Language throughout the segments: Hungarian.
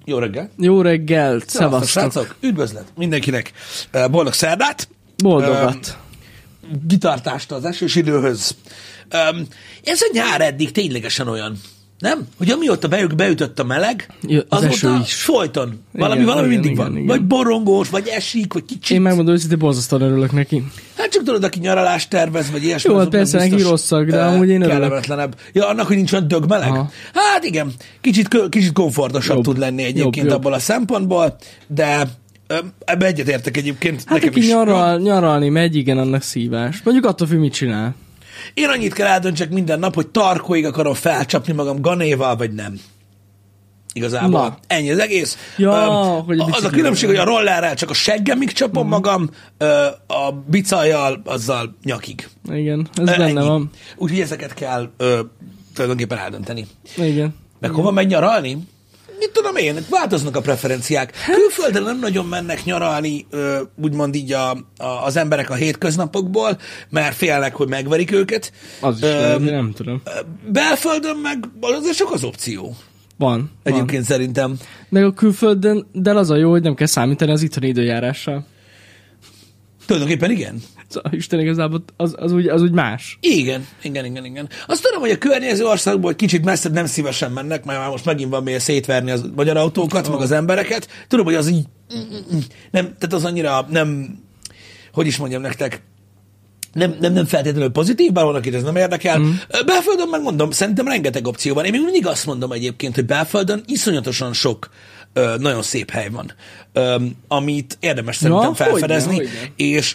Jó reggel. Jó reggelt, szevasztok. Srácok, üdvözlet mindenkinek. Boldog szerdát. Boldogat. Gitartást az esős időhöz. Ez a nyár eddig ténylegesen olyan, nem? Hogy amióta beütött a meleg, azóta folyton. Valami mindig van. Igen. Vagy borongós, vagy esik, vagy kicsit. Én megmondom, hogy borzasztóan örülök neki. Hát csak tudod, aki nyaralást tervez, vagy ilyesmi. Jó, hát persze neki rosszak, de amúgy én örülök. Kellemetlenebb. Ja, annak, hogy nincs olyan dögmeleg? Aha. Hát igen, kicsit komfortosabb tud lenni egyébként abból a szempontból, de ebbe egyetértek egyébként. Hát aki nyaralni megy, igen, annak szívás. Mondjuk attól függ, mit csinál. Én annyit kell eldöntsek minden nap, hogy tarkóig akarom felcsapni magam ganéval, vagy nem. Igazából. Na. Ennyi az egész. Ja, az a különbség, hogy a rollerrel csak a seggemig csapom magam, a bicajjal azzal nyakig. Igen, ez benne van. Úgyhogy ezeket kell tulajdonképpen eldönteni. Igen. Meg hova megy nyaralni? Mit tudom én, változnak a preferenciák. Külföldre nem nagyon mennek nyaralni, úgymond így az emberek a hétköznapokból, mert félnek, hogy megverik őket. Az is lehet, nem tudom. Belföldön meg azért sok az opció. Van. Egyébként szerintem. Meg a külföldön, de az a jó, hogy nem kell számítani az itthoni időjárással. Tulajdonképpen igen. Isten igazából az úgy más. Igen. Azt tudom, hogy a környező országból kicsit messzebb nem szívesen mennek, mert már most megint van miért szétverni a magyar autókat, meg az embereket. Tudom, hogy az így nem, tehát az annyira nem, hogy is mondjam nektek, nem feltétlenül pozitív, bár van, akit ez nem érdekel. Belföldön megmondom, szerintem rengeteg opció van. Én még mindig azt mondom egyébként, hogy Belföldön iszonyatosan sok nagyon szép hely van, amit érdemes szerintem felfedezni. Hogyne. És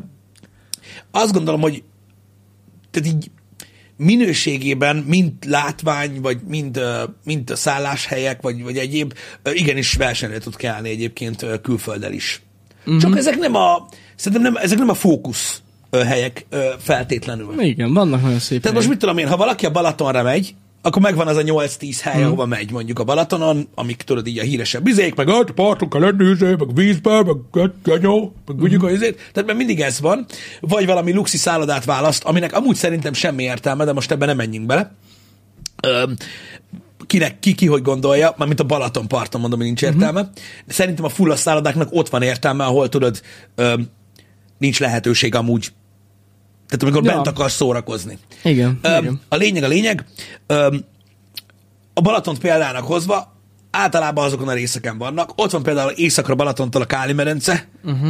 azt gondolom, hogy tehát így minőségében, mind látvány, vagy mind a szálláshelyek, vagy egyéb, igenis versenyre tud kelni egyébként külfölddel is. Csak szerintem ezek nem a fókusz helyek feltétlenül. Igen, vannak nagyon szép Tehát helyek. most mit tudom én, ha valaki a Balatonra megy, akkor megvan az a 8-10 hely, ahova megy mondjuk a Balatonon, amik tudod így a híresebb vizék, meg a parton kell lenni, meg vízbe, meg tudjuk a vizét. Tehát mert mindig ez van. Vagy valami luxi szállodát választ, aminek amúgy szerintem semmi értelme, de most ebben nem menjünk bele. Ki hogy gondolja, mármint a Balaton parton mondom, hogy nincs értelme. De szerintem a fullas szállodáknak ott van értelme, ahol tudod, nincs lehetőség amúgy. Tehát amikor bent akarsz szórakozni. Igen. A lényeg, a Balatont példának hozva, általában azokon a részeken vannak. Ott van például északra Balatontól a Káli-medence.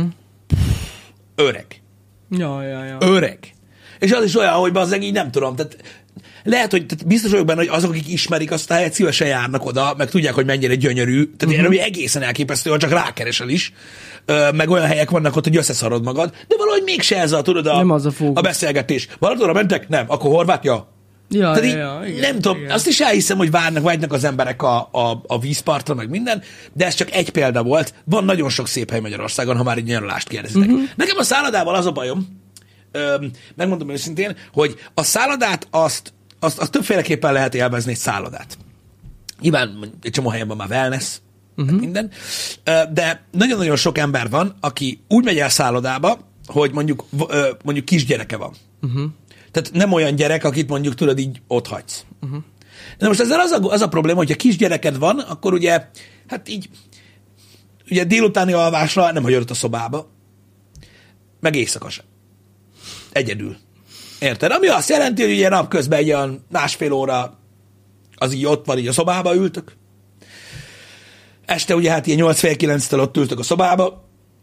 Öreg. Ja. Öreg. És az is olyan, hogy bazzeg így nem tudom. Tehát lehet, hogy biztos vagyok benne, hogy azok, akik ismerik azt a helyet, szívesen járnak oda, meg tudják, hogy mennyire gyönyörű. Tehát ilyen, hogy egészen elképesztő, ha csak rákeresel is. Meg olyan helyek vannak ott, hogy összeszarod magad, de valahogy mégse ez tudod, a beszélgetés. Balatonra mentek? Nem. Akkor Horvátia? Ja, igen, nem tudom, azt is elhiszem, hogy vágynak az emberek a vízpartra, meg minden, de ez csak egy példa volt. Van nagyon sok szép hely Magyarországon, ha már így nyaralást kérdezitek. Nekem a szállodával az a bajom, megmondom őszintén, hogy a szállodát azt többféleképpen lehet élvezni egy szállodát. Nyilván egy csomó helyen van már wellness, minden, de nagyon-nagyon sok ember van, aki úgy megy el szállodába, hogy mondjuk kisgyereke van. Tehát nem olyan gyerek, akit mondjuk tudod így ott hagysz. De most ezzel az a probléma, hogyha kisgyereked van, akkor ugye, hát így, ugye délutáni alvásra nem hagyod ott a szobába, meg éjszaka sem. Egyedül. Érted? Ami azt jelenti, hogy ugye napközben egy olyan másfél óra az így ott van, így a szobába ültök. Este ugye hát ilyen 8-9-től ott ültök a szobába.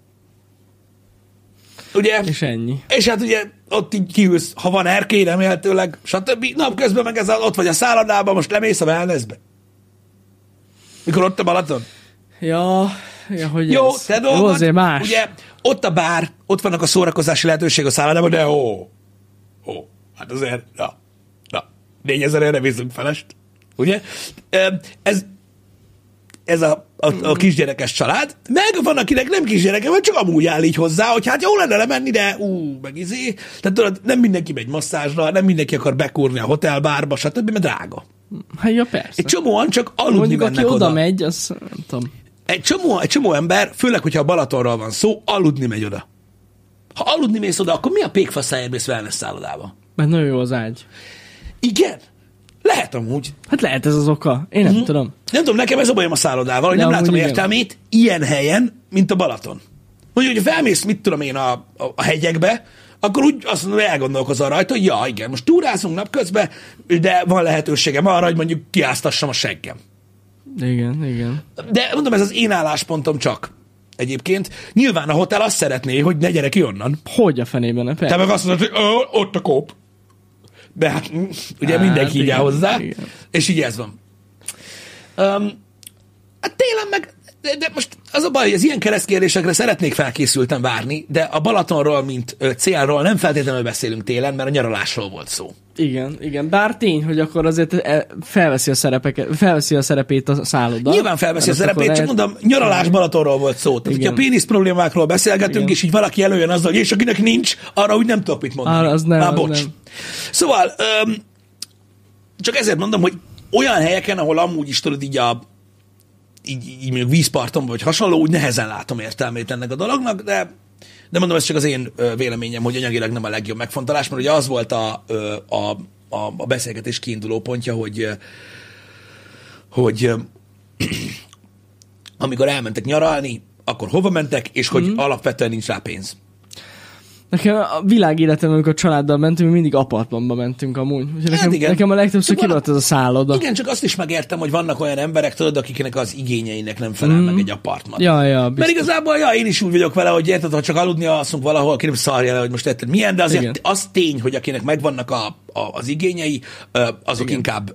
Ugye? És ennyi. És hát ugye ott így kiülsz, ha van erkély, remélhetőleg, stb. Napközben meg ott vagy a szállodában, most lemész a wellnessbe. Mikor ott a Balaton? Ja, hogy jó, ez. te dolgod, jó, azért más. Ugye ott a bár, ott vannak a szórakozási lehetőség a szállodában, de hát azért, na, 4000 erre vízünk felest, ugye? Ez a kisgyerekes család, meg van, akinek nem kisgyereke, vagy csak amúgy áll így hozzá, hogy hát jó lenne lemenni, de meg izé. Tehát tudod, nem mindenki megy masszázsra, nem mindenki akar bekúrni a hotelbárba, stb., mert drága. Hát ja, persze. Egy csomóan csak aludni mondjuk, mennek aki oda. megy, az nem tudom. Egy csomó ember, főleg, hogyha a Balatonról van szó, aludni megy oda. Ha aludni mész oda, akkor mi a pékfaszáért mész wellness szállodába? Mert nagyon jó az ágy. Igen. Lehet amúgy. Hát lehet ez az oka. Én nem tudom. Nem tudom, nekem ez a bajom a szállodával, hogy De nem amúgy látom igen. értelmét ilyen helyen, mint a Balaton. Mondjuk, hogy felmész, mit tudom én, a hegyekbe, akkor úgy azt mondom, hogy elgondolkozol rajta, hogy ja, igen, most túrázunk napközben, de van lehetőségem arra, hogy mondjuk kiáztassam a seggem. Igen. De mondom, ez az én álláspontom csak. Egyébként nyilván a hotel azt szeretné, hogy ne gyere ki onnan. Hogy a fenében, ne? Te meg azt mondod, hogy ott a kóp. De hát ugye Hát, mindenki így áll igen, hozzá, igen. és így ez van. Hát télen meg, de most az a baj, hogy az ilyen keresztkérdésekre szeretnék felkészülten várni, de a Balatonról, mint célról nem feltétlenül beszélünk télen, mert a nyaralásról volt szó. Igen. Bár tény, hogy akkor azért felveszi a szerepét a szálloda. Nyilván felveszi a Hát akkor szerepét, csak mondom, nyaralás Balatonról volt szó. Tehát, hogyha Igen. pénisz problémákról beszélgetünk, Igen. és így valaki előjön azzal, hogy és akinek nincs, arra úgy nem tudok mit mondani. Arra az nem, Már az bocs. nem. Szóval, csak ezért mondom, hogy olyan helyeken, ahol amúgy is tudod így így mondjuk vízparton vagy hasonló, úgy nehezen látom értelmét ennek a dolognak, de mondom, ez csak az én véleményem, hogy anyagilag nem a legjobb megfontolás, mert ugye az volt a beszélgetés kiinduló pontja, hogy amikor elmentek nyaralni, akkor hova mentek, és hogy alapvetően nincs rá pénz. Nekem a világéletemben, amikor családdal mentünk, mi mindig apartmanba mentünk amúgy. Úgyhogy igen. nekem a legtöbbször Csak kivalt ez a szálloda. Igen, csak azt is megértem, hogy vannak olyan emberek, tudod, akiknek az igényeinek nem felel meg egy apartman. Ja, Mert biztos. igazából, én is úgy vagyok vele, hogy érted, ha csak aludni alszunk valahol, ki nem szarja le, hogy most érted milyen, de azért Igen. az tény, hogy akinek megvannak az igényei, azok inkább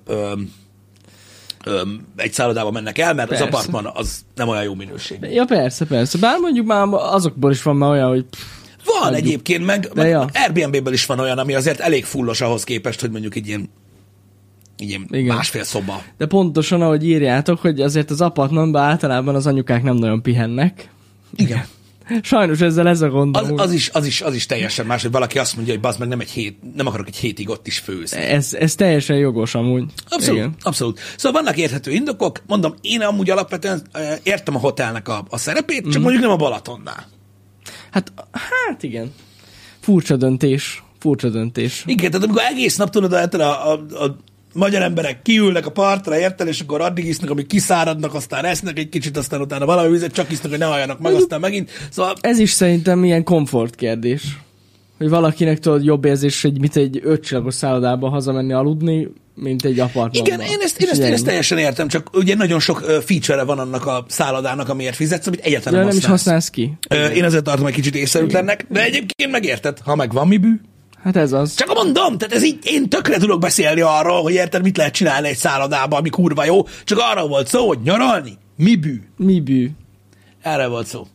egy szállodában mennek el, mert Persze. az apartman az nem olyan jó minőség. Ja, persze. Bár mondjuk már azokból is van már olyan, hogy Van hagyjuk. egyébként, meg ja. Airbnb-ből is van olyan, ami azért elég fullos ahhoz képest, hogy mondjuk egy ilyen Igen. másfél szoba. de pontosan, ahogy írjátok, hogy azért az apartmanban általában az anyukák nem nagyon pihennek. Igen. Sajnos ezzel ez a gond. amúgy. Az is teljesen más, hogy valaki azt mondja, hogy bazd meg, nem akarok egy hétig ott is főzni. Ez teljesen jogos amúgy. Abszolút, Igen. abszolút. Szóval vannak érthető indokok, mondom, én amúgy alapvetően értem a hotelnek a szerepét, csak mondjuk nem a Balatonnál. Hát igen. Furcsa döntés. Igen, tehát amikor egész nap tudod, a magyar emberek kiülnek a partra, érted, és akkor addig isznak, amíg kiszáradnak, aztán esznek egy kicsit, aztán utána valami vizet csak isznak, hogy ne halljanak meg, aztán megint. Szóval Ez is szerintem ilyen komfort kérdés. Hogy valakinek tudod jobb érzés, hogy egy 5 csillagos szállodába hazamenni aludni, mint egy apartmanban. igen, én ezt teljesen értem, csak ugye nagyon sok feature van annak a szállodának, amiért fizetsz, amit egyáltalán nem is használsz ki. Én azért tartom egy kicsit észszerűtlennek, de egyébként megérted, ha meg van mibű. Hát ez az. Csak mondom, tehát ez így, én tökre tudok beszélni arról, hogy érted, mit lehet csinálni egy szállodában, ami kurva jó, csak arra volt szó, hogy nyaralni, Mibű. Erre volt szó.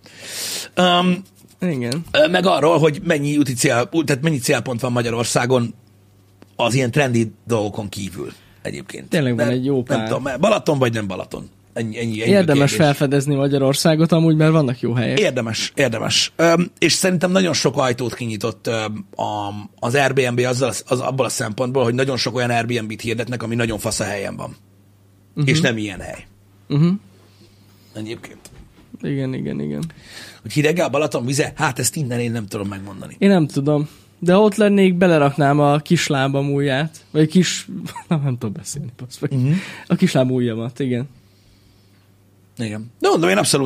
Igen. Meg arról, hogy mennyi célpont van Magyarországon az ilyen trendi dolgokon kívül egyébként. Tényleg van De egy jó pár. Nem tudom, Balaton vagy nem Balaton. Ennyi Érdemes kérdés. felfedezni Magyarországot amúgy, mert vannak jó helyek. Érdemes. És szerintem nagyon sok ajtót kinyitott az Airbnb abból a szempontból, hogy nagyon sok olyan Airbnb-t hirdetnek, ami nagyon fasz a helyen van. És nem ilyen hely. Egyébként. Igen. Hogy hideg a Balaton vize? Hát ezt innen én nem tudom megmondani. Én nem tudom. De ott lennék, beleraknám a kislábam ujját. Vagy nem tudom beszélni. A kisláb ujjamat, igen. Igen. De mondom, én abszolút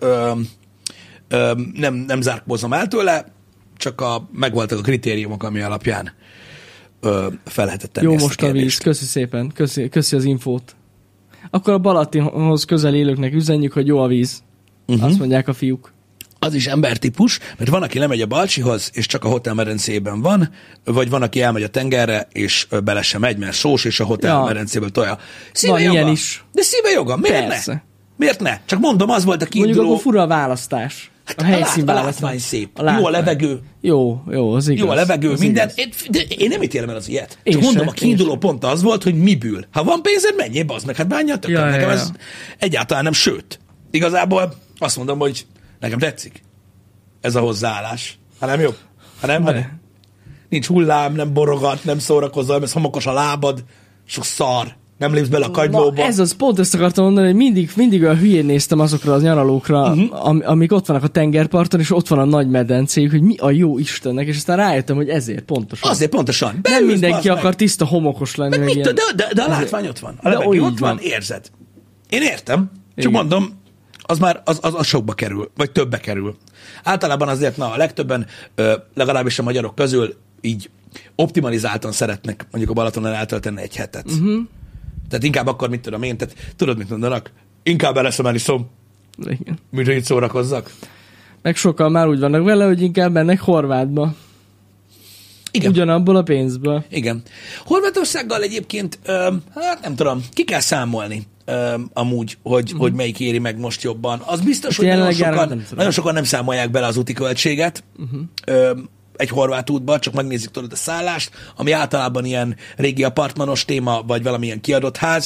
nem zárkózom el tőle, csak megvoltak a kritériumok, ami alapján fel lehetett tenni Jó ezt most a víz. kérdést. Köszi szépen. Köszi az infót. Akkor a Balatonhoz közel élőknek üzenjük, hogy jó a víz. Azt mondják a fiúk. Az is embertípus, mert van, aki lemegy a Balcsihoz, és csak a hotel medencében van, vagy van, aki elmegy a tengerre, és bele sem megy, mert sós, és a hotel medencéből tolja. Szíve Van joga. ilyen is. De szíve joga. Miért Persze. ne? Miért ne? Csak mondom, az volt a Mondjuk kiinduló. akkor fura a választás. A A helyszínválasztás. látvány szép. A látvány. Jó a levegő. Jó, az igaz. Jó a levegő, az minden. igaz. De én nem ítélem el az ilyet. Én Csak mondom, se, a kiinduló pont az volt, hogy miből. Ha van pénzed, menjél, bazd meg, hát bánja a tököm. Ja, Nekem ja, ez egyáltalán nem, sőt. Igazából azt mondom, hogy nekem tetszik ez a hozzáállás. Ha nem jobb? Ha nem? Nincs hullám, nem borogat, nem szórakozol, ez homokos a lábad, sok szar. nem lépsz bele a kagylóba. Ez az, pont ezt akartam mondani, hogy mindig olyan hülyén néztem azokra az nyaralókra, amik ott vannak a tengerparton, és ott van a nagy medencéjük, hogy mi a jó Istennek, és aztán rájöttem, hogy ezért pontosan. Azért pontosan. Nem mindenki akar tiszta homokos lenni. Meg ilyen. De a látvány ott van. A levegő ott van, érzed. Én értem, csak mondom, az már az sokba kerül, vagy többbe kerül. Általában azért, a legtöbben, legalábbis a magyarok közül így optimalizáltan szeretnek mondjuk a Balatonon eltölteni egy hetet. Tehát inkább akkor, mit tudom én, tehát tudod, mit mondanak? Inkább eleszem el iszom, mint hogy itt szórakozzak. Meg sokan már úgy vannak vele, hogy inkább mennek Horvátba. Igen. Ugyanabból a pénzből. Igen. Horvátországgal egyébként, hát nem tudom, ki kell számolni amúgy, hogy melyik éri meg most jobban. Az biztos, hogy nagyon sokan nem számolják bele az úti költséget egy horvát útba, csak megnézik tudod a szállást, ami általában ilyen régi apartmanos téma, vagy valamilyen kiadott ház.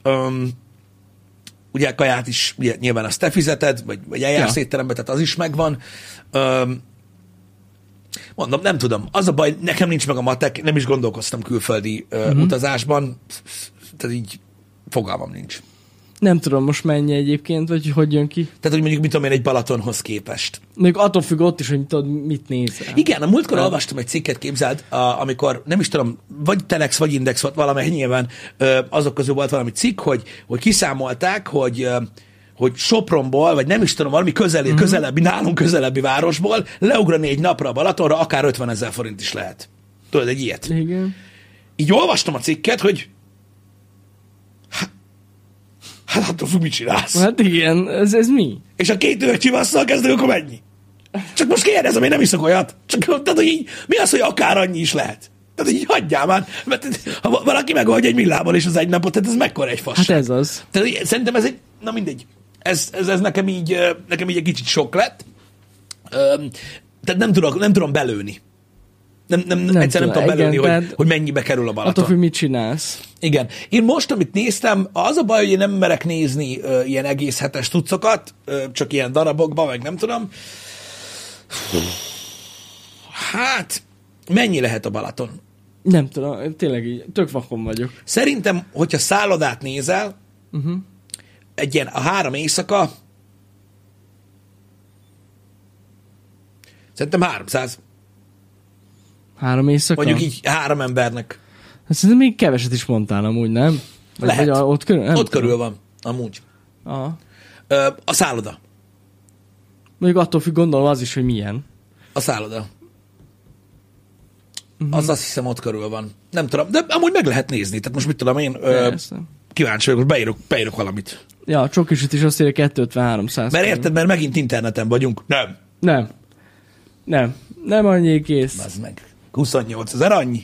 Ugye kaját is ugye, nyilván azt te fizeted, vagy eljársz étterembe, tehát az is megvan. Mondom, nem tudom. Az a baj, nekem nincs meg a matek, nem is gondolkoztam külföldi utazásban, tehát így fogalmam nincs. Nem tudom most mennyi egyébként, vagy hogy jön ki. Tehát, hogy mondjuk, mit tudom én, egy Balatonhoz képest. Még attól függ ott is, hogy tudod, mit nézel. Igen, a múltkor olvastam egy cikket, képzeld, amikor, nem is tudom, vagy Telex, vagy Index volt valamely nyilván, azok közül volt valami cikk, hogy kiszámolták, hogy Sopronból, vagy nem is tudom, valami közelebbi, nálunk közelebbi városból leugrani egy napra a Balatonra, akár 50 000 forint is lehet. Tudod, egy ilyet. Igen. Így olvastam a cikket, hogy hát attól függ, mit csinálsz. Hát igen, ez mi? És a 2 üveg csivasszal kezdek, akkor mennyi? Csak most kérdezem, én nem iszok olyat. Csak tehát, hogy így, mi az, hogy akár annyi is lehet? Tehát így hagyjál már, mert ha valaki megoldja egy millával is az egy napot, tehát ez mekkora egy fasság. Hát ez az. Tehát szerintem ez egy, na mindegy. Ez nekem így egy kicsit sok lett. Tehát nem tudom belőni. Egyszerűen nem tudom belőni, hogy mennyibe kerül a Balaton. Attól, hogy mit csinálsz. Igen. Én most, amit néztem, az a baj, hogy én nem merek nézni ilyen egész hetes tucokat, csak ilyen darabokban, meg nem tudom. Hát, mennyi lehet a Balaton? Nem tudom, tényleg így, tök vakon vagyok. Szerintem, hogyha szállodát nézel, egy ilyen a 3 éjszaka, szerintem 300. 3 éjszaka? Mondjuk így 3 embernek. Hát szerintem még keveset is mondtál amúgy, nem? Lehet. Vagy ott körül? Nem ott körül van, amúgy. Aha. A szálloda. Mondjuk attól függ, gondolom az is, hogy milyen. A szálloda. Az azt hiszem ott körül van. Nem tudom, de amúgy meg lehet nézni. Tehát most mit tudom én, kíváncsi vagyok, most beírok valamit. Ja, a csokisüt is azt írja 250-300. Mert érted, mert megint interneten vagyunk. Nem annyi kész. Bazd meg. 28 000, annyi.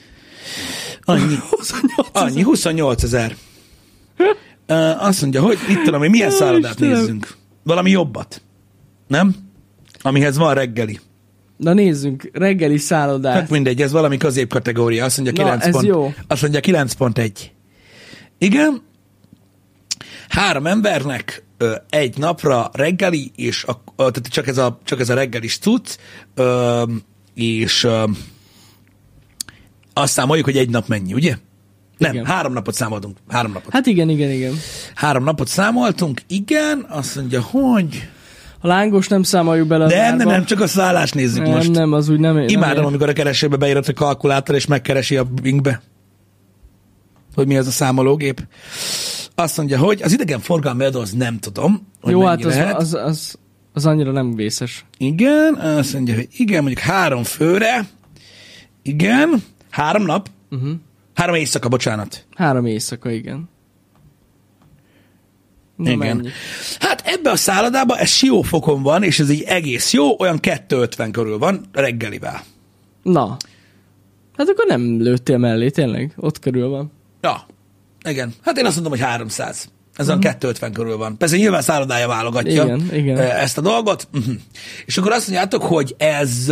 Annyi, 28 000. Azt mondja, hogy itt tudom, hogy milyen szállodát nézzünk. Valami jobbat. Nem? Amihez van reggeli. Na nézzünk, reggeli szállodát. Hát mindegy, ez valami középkategória. Azt mondja 9 ez pont. jó. Azt mondja 9.1. Igen. 3 embernek egy napra reggeli, és tehát csak ez a reggelis cucc, és azt számoljuk, hogy egy nap mennyi, ugye? Nem, igen. 3 napot számoltunk. 3 napot. Hát igen. 3 napot számoltunk, igen, azt mondja, hogy... A lángos nem számoljuk bele az árba. Nem, csak a szállást nézzük most. Nem, az úgy nem. Imádom, amikor a keresőbe beírod a kalkulátor, és megkeresi a Bingbe, hogy mi az a számológép. Azt mondja, hogy az idegenforgalmi adó, az nem tudom, hogy jó, mennyi hát lehet. Az annyira nem vészes. Igen, azt mondja, hogy igen, mondjuk 3 főre, igen, 3 nap, 3 éjszaka, bocsánat. 3 éjszaka, igen. Na, igen. Mennyi? Hát ebbe a szállodában ez Siófokon van, és ez így egész jó, olyan 250 körül van reggelivel. Na. Hát akkor nem lőttél mellé, tényleg? Ott körül van. Ja, igen. Hát én azt mondom, hogy 300. Ez olyan 250 körül van. Persze nyilván szállodája válogatja igen. Ezt a dolgot. És akkor azt mondjátok, hogy ez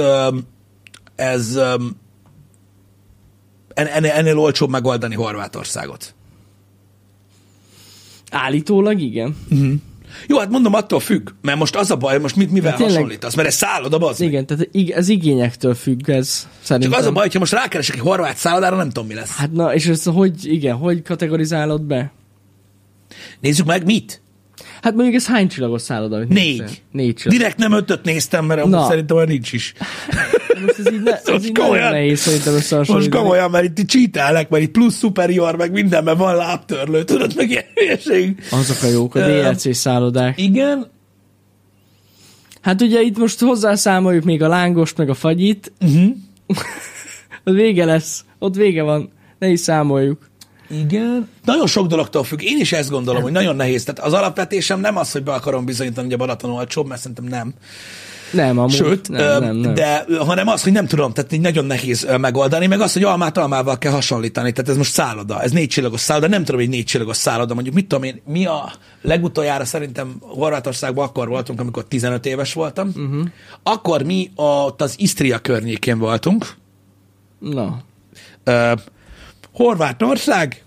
ennél olcsóbb megoldani Horvátországot. Állítólag igen. Jó, hát mondom, attól függ, mert most az a baj, most mivel tényleg... hasonlítasz, mert ez szálloda, bazd. Igen, tehát ez igényektől függ, ez szerintem. Csak az a baj, hogyha most rákeresek egy horvát szállodára, nem tudom, mi lesz. Hát na, és ezt hogy kategorizálod be? Nézzük meg, mit? Hát mondjuk ez hány csillagos szálloda? 4. 4 csillag. Direkt nem 5-öt néztem, mert amúgy szerintem olyan nincs is. Most ez így nagyon nehéz szerintem összehasonlítani. Most komolyan, mert itt cheatelek, mert itt plusz superior, meg mindenben van lábtörlő, tudod, meg ilyen hülyeség. Azok a jók, a DLC szállodák. Igen. Hát ugye itt most hozzászámoljuk még a lángost, meg a fagyit. Az vége lesz. Ott vége van. Ne is számoljuk. Igen. Nagyon sok dologtól függ. Én is ezt gondolom, hogy nagyon nehéz. Tehát az alapvetésem nem az, hogy be akarom bizonyítani, hogy a Balaton olcsóbb, mert szerintem nem. Nem, amúgy. Sőt, nem. de hanem az, hogy nem tudom, tehát így nagyon nehéz megoldani, meg az, hogy almát almával kell hasonlítani. Tehát ez most szálloda, ez 4 csillagos szálloda, nem tudom, hogy 4 csillagos szálloda, mondjuk mit tudom én, mi a legutoljára szerintem Horvátországban akkor voltunk, amikor 15 éves voltam. Akkor mi ott az Isztria környékén voltunk. Na. Horvátország,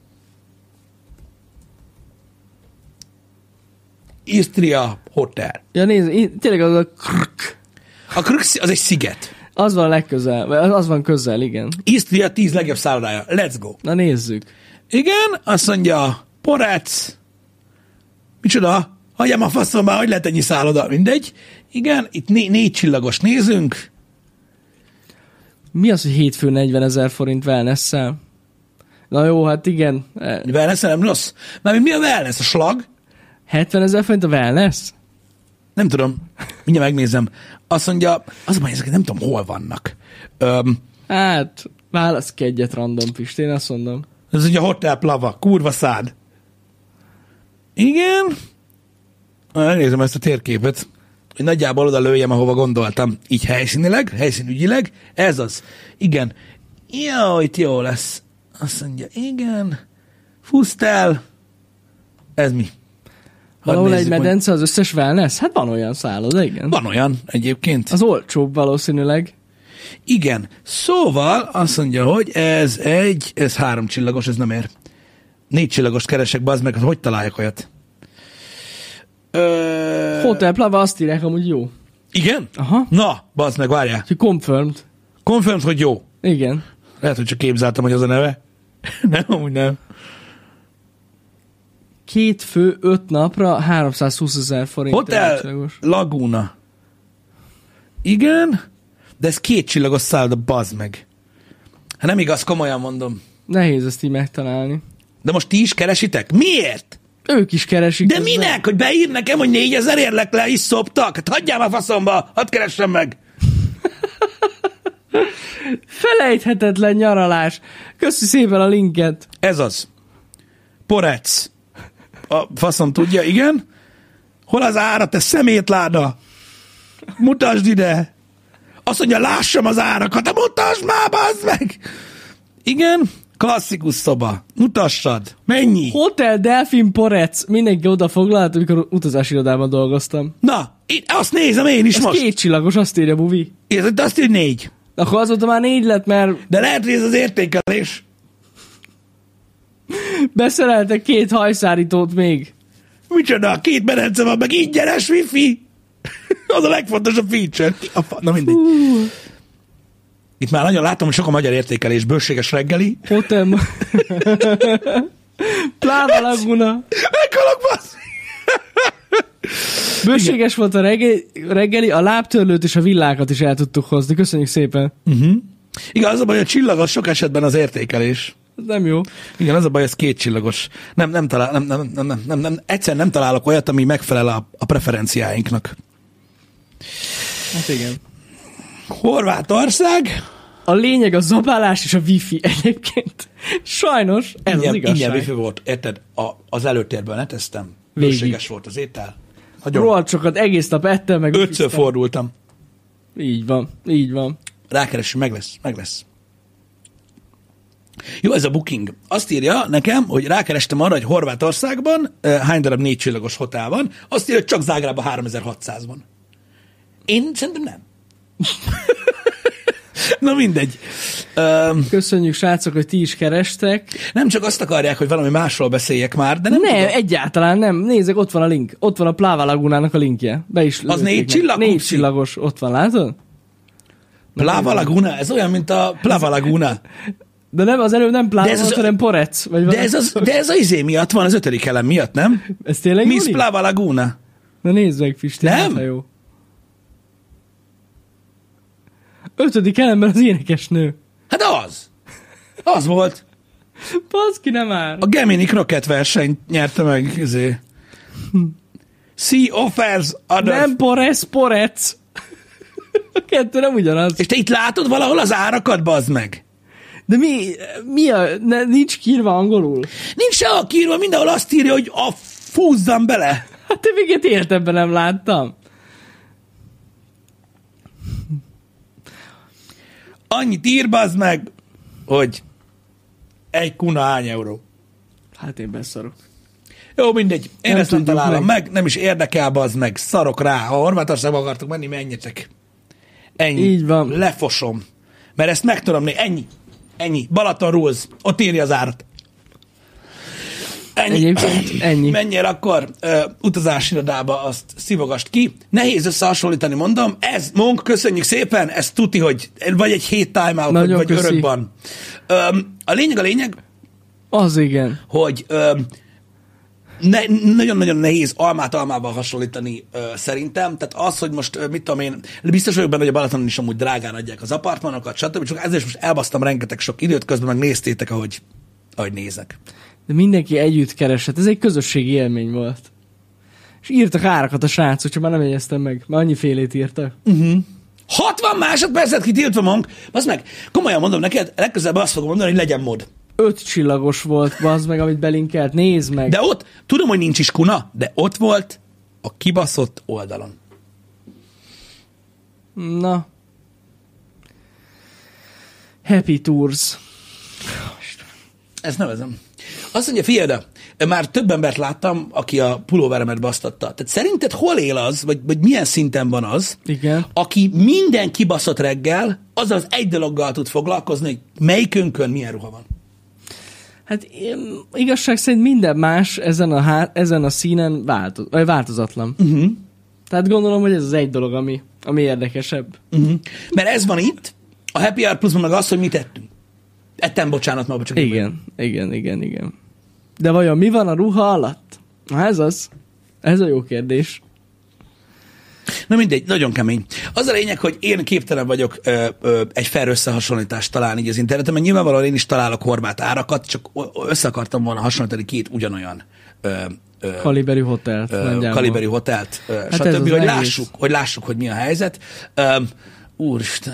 Isztria Hotel. Ja, nézd, tényleg az a krk. A Krk az egy sziget. Az van legközel, az van közel, igen. Isztria 10 legjobb szállodája. Let's go. Na nézzük. Igen, azt mondja, Porec. Micsoda? Hagyjam a faszomba, hogy lehet ennyi szálloda? Mindegy. Igen, itt 4 csillagos nézünk. Mi az, hogy hétfő 40 000 forint wellness-szel? Na jó, hát igen. Wellness nem rossz. Mert mi a wellness? A slag? 70 000 forint a wellness? Nem tudom. Mindjárt megnézem. Azt mondja, az a baj, ezek nem tudom, hol vannak. Hát, válasz ki egyet random, Pist, én azt mondom. Ez ugye a Hotel Plava, kurva szád. Igen. Elnézem ezt a térképet, hogy nagyjából oda lőjem, ahova gondoltam. Így helyszínügyileg. Ez az. Igen. Jaj, itt jó lesz. Azt mondja, igen. Fusztel. Ez mi? Valahol egy medence az összes wellness? Hát van olyan szálloda, igen. Van olyan egyébként. Az olcsóbb valószínűleg. Igen. Szóval azt mondja, hogy ez 3 csillagos, ez nem ér. 4 csillagost keresek, bazd meg, hogy találjak olyat? Hotel Plava azt írják, amúgy jó. Igen? Aha. Na, bazd meg, várjál. Confirmed. Confirmed, hogy jó. Igen. Lehet, hogy csak képzeltem, hogy az a neve. Nem, amúgy nem. 2 fő, 5 napra, 320 000 forint. Hotel Laguna. Igen, de ez 2 csillagos szálloda, bazd meg. Hát nem igaz, komolyan mondom. Nehéz ezt így megtalálni. De most ti is keresitek? Miért? Ők is keresik. De minek? Hogy beír nekem, hogy 4000 érlek le, is szoptak? Hát hagyjál a faszomba, hadd keressem meg. Felejthetetlen nyaralás. Köszi szépen a linket. Ez az. Porec. A faszom tudja, igen. Hol az ára, te szemétláda? Mutasd ide. Azt mondja, lássam az árakat. Mutasd már, bazd meg. Igen. Klasszikus szoba. Mutassad. Mennyi? Hotel Delfin Porec. Mindenki oda foglalt, amikor utazási irodában dolgoztam. Na, azt nézem én is ez most. 2 csillagos, azt írja Buvi. De azt írja 4. Akkor azóta már 4 lett, mert... De lehet, hogy ez az értékelés. Beszereltek 2 hajszárítót még. Micsoda, 2 medence van, meg ingyenes wifi. Az a legfontosabb feature. Na mindegy. Itt már nagyon látom, hogy sok a magyar értékelés. Bőséges reggeli. Hotel... Plava Laguna. Meghalok, bassz! Bőséges volt a reggeli, a lábtörlőt és a villákat is el tudtuk hozni. Köszönjük szépen. Igen, az a baj, hogy csillagos sok esetben az értékelés. Ez nem jó. Igen, az a baj, ez 2 csillagos. Egyszer nem találok olyat, ami megfelel a preferenciáinknak. Hát igen. Horvátország. A lényeg a zabálás és a wifi egyébként. Sajnos ez az igazság. Ingyen wifi volt, érted? Az előtérből neteztem. Bőséges volt az étel. Rohadt sokat, egész nap ettem, meg... 5-ször fordultam. Így van, így van. Rákeresünk, meg lesz. Jó, ez a booking. Azt írja nekem, hogy rákerestem arra, hogy Horvátországban hány darab 4 csillagos hotel van. Azt írja, hogy csak Zágrában 3600 van. Én szerintem nem. Na mindegy. Köszönjük, srácok, hogy ti is kerestek. Nem csak azt akarják, hogy valami másról beszéljek már, de nem Ne, tudom. egyáltalán nem. Nézzek, ott van a link. Ott van a Plava Lagunának a linkje. Be is Az 4 csillag? 4 csillagos, ott van, látod? Plava Laguna? Ez olyan, mint a Plava Laguna. De nem, az előbb nem Plava volt, hanem Porec. Vagy De ez az izé miatt van, az 5. elem miatt, nem? Ez tényleg Miss Juli? Plava Laguna. Na nézd meg, Pisti. Nem? Hát, jó. 5. elemben az énekesnő. Hát az. Az volt. Baszki, nem már. A Gemini Croquet versenyt nyerte meg. Izé. Sea offers other... Nem Porec. A kettő nem ugyanaz. És te itt látod valahol az árakat, bazd meg? De nincs kiírva angolul? Nincs sehol kiírva, mindenhol azt írja, hogy fúzzam bele. Hát te még életemben nem láttam. Annyit ír, bazd meg, hogy egy kuna hány euró. Hát én beszarok. Jó, mindegy. Én Nem ezt nem tudjuk találom meg, nem is érdekel, bazd meg. Szarok rá. Ha Horvátországba akartok menni, menjetek. Ennyi. Így van. Lefosom. Mert ezt meg tudom nézni. Ennyi. Balaton Rules. Ott írja az árat. Ennyi. Egyébként ennyi. Menjél akkor utazási irodába, azt szivogast ki. Nehéz összehasonlítani, mondom. Ez, Monk, köszönjük szépen, ez tuti, hogy vagy egy 7 timeout, vagy örökban. A lényeg, az igen. hogy nagyon-nagyon nehéz almát almával hasonlítani szerintem. Tehát az, hogy most mit tudom én, biztos vagyok benne, hogy a Balatonon is amúgy drágán adják az apartmanokat, stb. Csak ezért most elbasztam rengeteg sok időt, közben meg néztétek, ahogy nézek. De mindenki együtt keresett. Ez egy közösségi élmény volt. És írtak árakat a srácok, csak már nem jegyeztem meg. Már annyi félét írtak. 60 másodpercet kitiltva, Monk. Bazd meg, komolyan mondom neked, legközelebb azt fogom mondani, hogy legyen mod. 5 csillagos volt, bazd meg, amit belinkelt. Nézd meg. De ott, tudom, hogy nincs is kuna, de ott volt a kibaszott oldalon. Na. Happy Tours. Ezt nevezem. Azt mondja, figyelj, már több embert láttam, aki a pulóveremet basztatta. Tehát szerinted hol él az, vagy milyen szinten van az, Igen. aki minden kibaszott reggel, azzal az egy dologgal tud foglalkozni, hogy melyikünkön milyen ruha van. Hát igazság szerint minden más ezen a színen változatlan. Tehát gondolom, hogy ez az egy dolog, ami érdekesebb. Mert ez van itt, a Happy Hour Plus-ban meg az, hogy mit ettünk. Ettem, bocsánat, ma csak. Igen. De vajon mi van a ruha alatt? Na ez az. Ez a jó kérdés. Na mindegy, nagyon kemény. Az a lényeg, hogy én képtelen vagyok egy fair összehasonlítást találni így az interneten, mert nyilvánvalóan én is találok horvát árakat, csak össze akartam volna hasonlítani 2 ugyanolyan kaliberű hotelt. Kaliberű hotelt, stb. Hogy lássuk, hogy mi a helyzet. Úristen,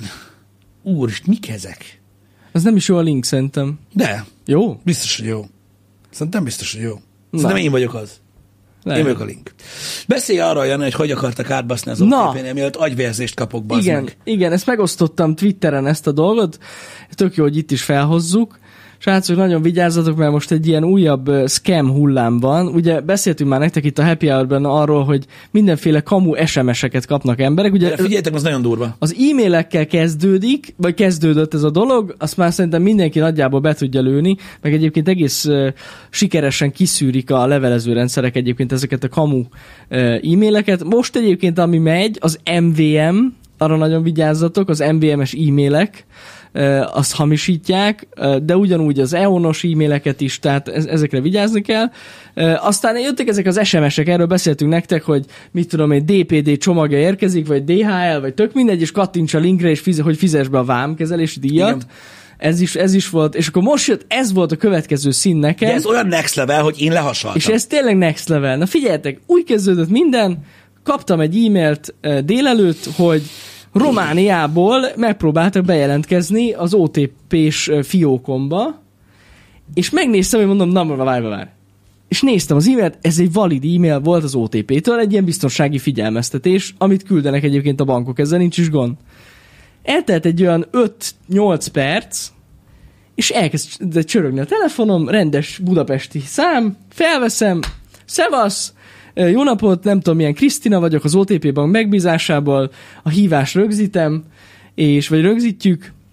mik ezek? Az nem is jó a link, szerintem. De. Jó? Biztos, hogy jó. Szerintem biztos, hogy jó. Szerintem én vagyok az. Én vagyok a link. Beszélj arra, Jani, hogy akartak átbaszni az OTP-nél, mielőtt agyvérzést kapok, bazd meg. Igen, ezt megosztottam Twitteren, ezt a dolgot. Tök jó, hogy itt is felhozzuk. Srácok, nagyon vigyázzatok, mert most egy ilyen újabb scam hullám van. Ugye beszéltünk már nektek itt a Happy Hour-ben arról, hogy mindenféle kamu SMS-eket kapnak emberek. Ugye figyeljetek, az nagyon durva. Az e-mailekkel kezdődött ez a dolog, azt már szerintem mindenki nagyjából be tudja lőni, meg egyébként egész sikeresen kiszűrik a levelező rendszerek egyébként ezeket a kamu e-maileket. Most egyébként ami megy, az MVM, arra nagyon vigyázzatok, az MVM-es e-mailek, azt hamisítják, de ugyanúgy az EON-os e-maileket is, tehát ezekre vigyázni kell. Aztán jöttek ezek az SMS-ek, erről beszéltünk nektek, hogy mit tudom én, DPD csomagja érkezik, vagy DHL, vagy tök mindegy, és kattints a linkre, és hogy fizess be a vámkezelési díjat. Ez is volt, és akkor most jött, ez volt a következő szín nekem. De ez olyan next level, hogy én lehasaltam. És ez tényleg next level. Na figyeljetek, úgy kezdődött minden, kaptam egy e-mailt délelőtt, hogy Romániából megpróbáltak bejelentkezni az OTP-s fiókomba, és megnéztem, hogy mondom, na, várj. És néztem az e-mailt, ez egy valid e-mail volt az OTP-től, egy ilyen biztonsági figyelmeztetés, amit küldenek egyébként a bankok, ezzel nincs is gond. Eltelt egy olyan 5-8 perc, és elkezd csörögni a telefonom, rendes budapesti szám, felveszem, szevasz, jó napot, nem tudom milyen Krisztina vagyok az OTP bank megbízásából, a hívást rögzítem, vagy rögzítjük,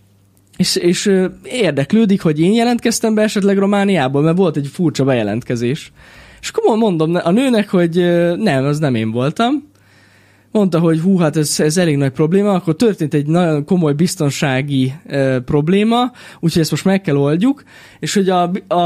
és érdeklődik, hogy én jelentkeztem be esetleg Romániából, mert volt egy furcsa bejelentkezés. És akkor mondom a nőnek, hogy nem, az nem én voltam. Mondta, hogy hát ez elég nagy probléma, akkor történt egy nagyon komoly biztonsági probléma, úgyhogy ezt most meg kell oldjuk, és hogy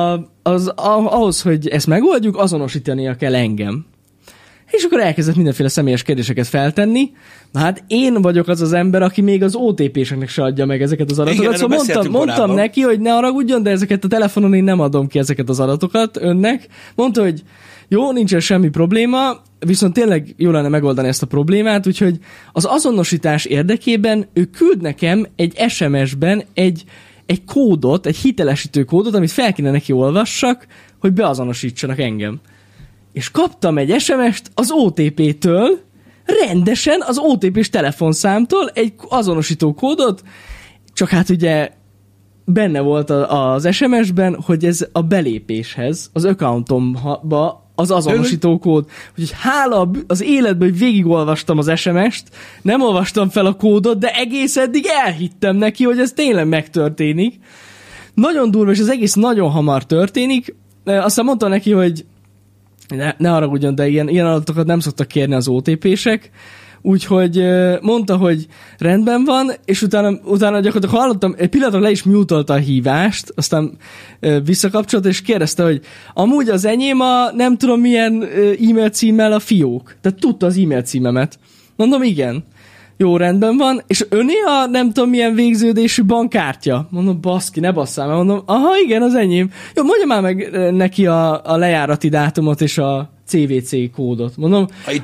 ahhoz, hogy ezt megoldjuk, azonosítania kell engem. És akkor elkezdett mindenféle személyes kérdéseket feltenni. Na hát én vagyok az az ember, aki még az OTP-seknek se adja meg ezeket az adatokat. Igen, szóval mondtam neki, hogy ne haragudjon, de ezeket a telefonon én nem adom ki ezeket az adatokat önnek. Mondta, hogy jó, nincsen semmi probléma, viszont tényleg jó lenne megoldani ezt a problémát, úgyhogy az azonosítás érdekében ő küld nekem egy SMS-ben egy kódot, egy hitelesítő kódot, amit fel kéne neki olvassak, hogy beazonosítsanak engem. És kaptam egy SMS-t az OTP-től, rendesen az OTP-s telefonszámtól egy azonosító kódot, csak hát ugye benne volt az SMS-ben, hogy ez a belépéshez, az accountomba az azonosító kód. Úgyhogy hála az életben, hogy végigolvastam az SMS-t, nem olvastam fel a kódot, de egész eddig elhittem neki, hogy ez tényleg megtörténik. Nagyon durva, és az egész nagyon hamar történik. Aztán mondta neki, hogy ne haragudjon, de ilyen adatokat nem szoktak kérni az OTP-sek, úgyhogy mondta, hogy rendben van, és utána gyakorlatilag hallottam, egy pillanatra le is mute-olta a hívást, aztán visszakapcsolt, és kérdezte, hogy amúgy az enyém a nem tudom milyen e-mail címmel a fiók. Tehát tudta az e-mail címemet. Mondom, igen. Jó, rendben van, és öné a nem tudom milyen végződésű bankkártya. Mondom, baszki, ne basszál, mert mondom, aha, igen, az enyém. Jó, mondja már meg neki a lejárati dátumot és a CVC kódot. Mondom,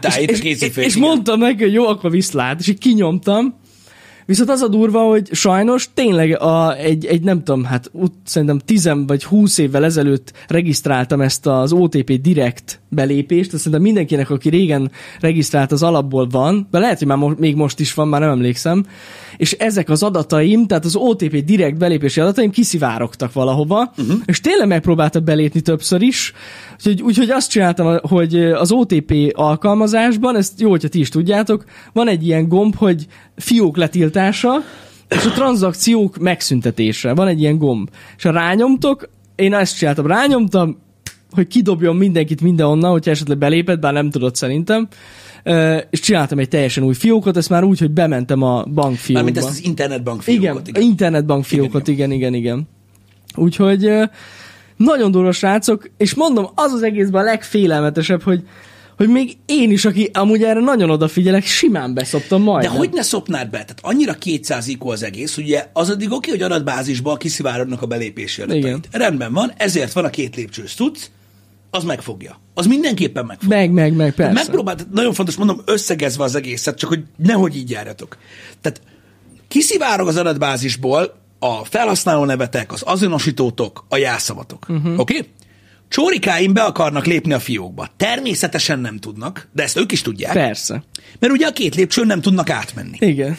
és mondtam neki, hogy jó, akkor viszlát, és így kinyomtam. Viszont az a durva, hogy sajnos tényleg egy nem tudom, hát szerintem 10 vagy 20 évvel ezelőtt regisztráltam ezt az OTP Direct belépést, azt szerintem mindenkinek, aki régen regisztrált, az alapból van, de lehet, hogy már még most is van, már nem emlékszem, és ezek az adataim, tehát az OTP Direct belépési adataim kiszivárogtak valahova, és tényleg megpróbáltak belépni többször is, úgyhogy azt csináltam, hogy az OTP alkalmazásban, ezt jó, hogyha ti is tudjátok, van egy ilyen gomb, hogy fiók letiltása, és a tranzakciók megszüntetése. Van egy ilyen gomb. És ha rányomtok, én ezt csináltam, rányomtam, hogy kidobjon mindenkit mindenonnan, hogyha esetleg belépett, bár nem tudod szerintem, és csináltam egy teljesen új fiókot, ezt már úgy, hogy bementem a bankfiókba. Mármint ezt az internetbank fiókot. Igen, internetbank fiókot, igen. Úgyhogy nagyon durva srácok, és mondom, az egészben a legfélelmetesebb, hogy még én is, aki amúgy erre nagyon odafigyelek, simán beszoptam majd. De hogy ne szopnád be? Tehát annyira 200 IQ az egész, ugye az addig oké, hogy adatbázisból kiszivárodnak a belépési adatait. Rendben van, ezért van a 2 lépcsős tudsz, az megfogja. Az mindenképpen megfogja. Meg, persze. Megpróbált, nagyon fontos, mondom, összegezve az egészet, csak hogy nehogy így járjatok. Tehát kiszivárog az adatbázisból a felhasználó nevetek, az azonosítótok, a jelszavatok. Oké? Csórikáim be akarnak lépni a fiókba. Természetesen nem tudnak, de ezt ők is tudják. Persze. Mert ugye a 2 lépcsőn nem tudnak átmenni. Igen.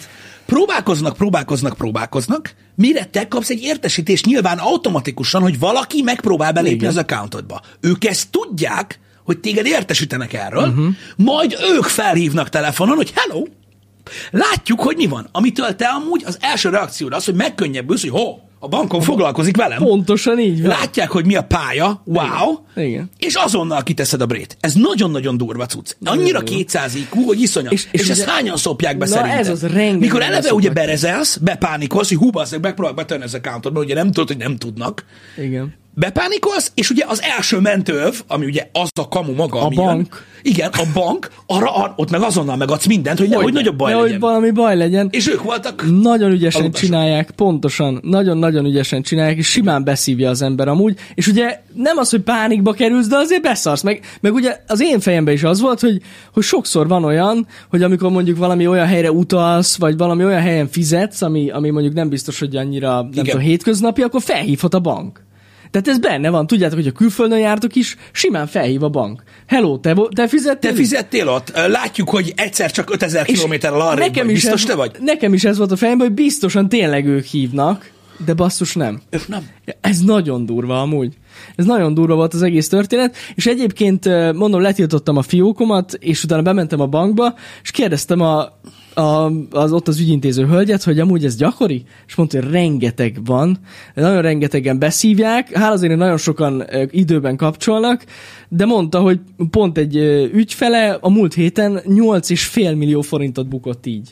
Próbálkoznak, mire te kapsz egy értesítést nyilván automatikusan, hogy valaki megpróbál belépni Igen. az accountodba. Ők ezt tudják, hogy téged értesítenek erről, majd ők felhívnak telefonon, hogy hello, látjuk, hogy mi van. Amitől te amúgy az első reakciód az, hogy megkönnyebbülsz, hogy a bankon foglalkozik velem. Pontosan így van. Látják, hogy mi a pálya, wow, Igen. és azonnal kiteszed a brét. Ez nagyon-nagyon durva cucc. Annyira 200 IQ, hogy iszonyat. És ezt ugye, hányan szopják be szerinted? Ez az rengeteg. Mikor eleve ugye berezelsz, bepánikolsz, hogy basszeg, megpróbálják betörni az accountot, mert ugye nem tudod, hogy nem tudnak. Igen. Bepánikolsz, és ugye az első mentőöv, ami ugye az a kamu maga, a bank. Jön, igen, a bank, ott meg azonnal megadsz mindent, hogy nehogy nagyobb baj legyen. Hogy valami baj legyen. És ők voltak. Nagyon ügyesen csinálják, pontosan. Nagyon-nagyon ügyesen csinálják, és simán beszívja az ember amúgy. És ugye nem az, hogy pánikba kerülsz, de azért beszarsz. Meg ugye az én fejemben is az volt, hogy sokszor van olyan, hogy amikor mondjuk valami olyan helyre utalsz, vagy valami olyan helyen fizetsz, ami mondjuk nem biztos, hogy annyira nem tudom, hétköznapi, akkor felhívhat a bank. Tehát ez benne van. Tudjátok, hogy a külföldön jártok is, simán felhív a bank. Hello, te fizettél? Te fizettél ott? Látjuk, hogy egyszer csak 5000 kilométerrel arrébb vagy. Biztos te vagy? Nekem is ez volt a fejemben, hogy biztosan tényleg ők hívnak, de basszus nem. Ők nem. Ez nagyon durva amúgy. Ez nagyon durva volt az egész történet, és egyébként mondom, letiltottam a fiókomat, és utána bementem a bankba, és kérdeztem ott az ügyintéző hölgyet, hogy amúgy ez gyakori, és mondta, hogy rengeteg van, nagyon rengetegen beszívják, hálazére nagyon sokan időben kapcsolnak, de mondta, hogy pont egy ügyfele a múlt héten 8,5 millió forintot bukott így.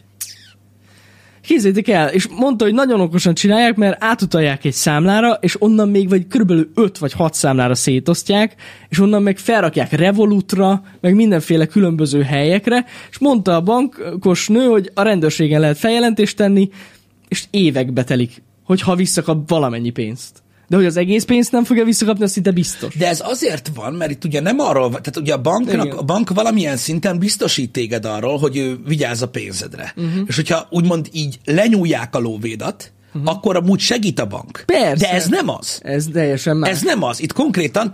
Képzeljétek el, és mondta, hogy nagyon okosan csinálják, mert átutalják egy számlára, és onnan még vagy körülbelül 5 vagy 6 számlára szétosztják, és onnan meg felrakják Revolutra, meg mindenféle különböző helyekre, és mondta a bankos nő, hogy a rendőrségen lehet feljelentést tenni, és évekbe telik, hogyha visszakap valamennyi pénzt. De hogy az egész pénzt nem fogja visszakapni, az szinte biztos. De ez azért van, mert itt ugye nem arról, tehát ugye a bank valamilyen szinten biztosít téged arról, hogy ő vigyáz a pénzedre. És hogyha úgymond így lenyúlják a lóvédat, akkor amúgy segít a bank. Persze. De ez nem az. Ez teljesen más. Ez nem az. Itt konkrétan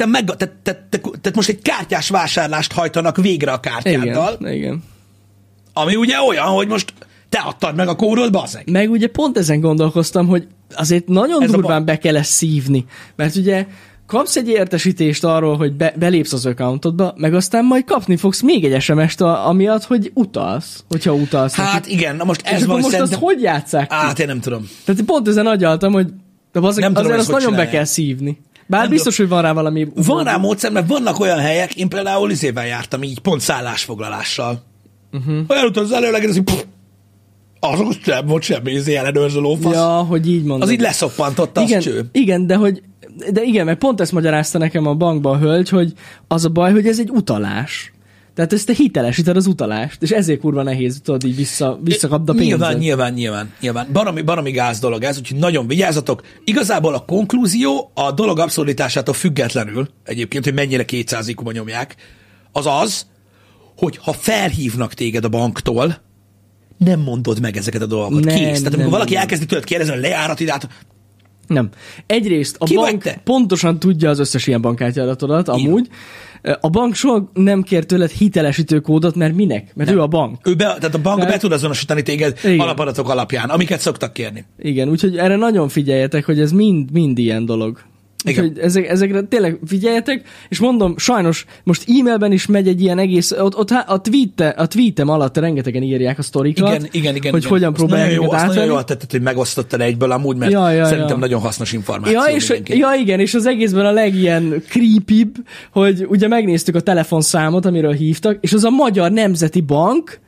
te most egy kártyás vásárlást hajtanak végre a kártyáddal. Igen. Ami ugye olyan, hogy most te adtad meg a kódot, bazzeg. Meg ugye pont ezen gondolkoztam, hogy azért nagyon durván be kell ezt szívni. Mert ugye kapsz egy értesítést arról, hogy belépsz az accountodba, meg aztán majd kapni fogsz még egy SMS-t amiatt, hogy utalsz, hogyha utalsz. Hát neki. Igen, na most ez és van most szerintem... azt hogy játsszák ki? Hát én nem tudom. Tehát pont ezen agyaltam, hogy azért azt nagyon csinálják. Be kell szívni. Bár nem biztos, hogy van rá valami... Van rá módszer, mert vannak olyan helyek, én például izével jártam így, pont szállásfoglalással. Olyan utaz előleged, hogy azok sem volt semmi ellenőrző lófasz. Ja, hogy így mondod. Az így leszoppantott, az igen, cső. Igen, de igen, mert pont ezt magyarázta nekem a bankban a hölgy, hogy az a baj, hogy ez egy utalás. Tehát ezt te hitelesíted az utalást, és ezért kurva nehéz, tudod, így visszakapd a pénzed. Nyilván. Baromi gáz dolog ez, úgyhogy nagyon vigyázzatok. Igazából a konklúzió a dolog abszurditásától függetlenül, egyébként, hogy mennyire 200 IQ-ba nyomják, az, hogy ha felhívnak téged a banktól, nem mondod meg ezeket a dolgokat. Kész. Tehát amikor valaki elkezdi tőled kérdezni, hogy lejáratid. Nem. Egyrészt a bank pontosan tudja az összes ilyen bankkártya adatodat, amúgy. A bank soha nem kér tőled hitelesítő kódot, mert minek? Mert nem. Ő a bank. Tehát a bank be tud azonosítani téged alapadatok alapján, amiket szoktak kérni. Igen, úgyhogy erre nagyon figyeljetek, hogy ez mind ilyen dolog. Úgyhogy ezekre tényleg figyeljetek, és mondom, sajnos most e-mailben is megy egy ilyen egész, ott a tweetem alatt rengetegen írják a sztorikat, hogy hogyan próbálják őket átvenni. Nagyon jól tetted, hogy megosztottad egyből amúgy, mert szerintem nagyon hasznos információ igen, és az egészben a legilyen creepybb, hogy ugye megnéztük a telefonszámot, amiről hívtak, és az a Magyar Nemzeti Bank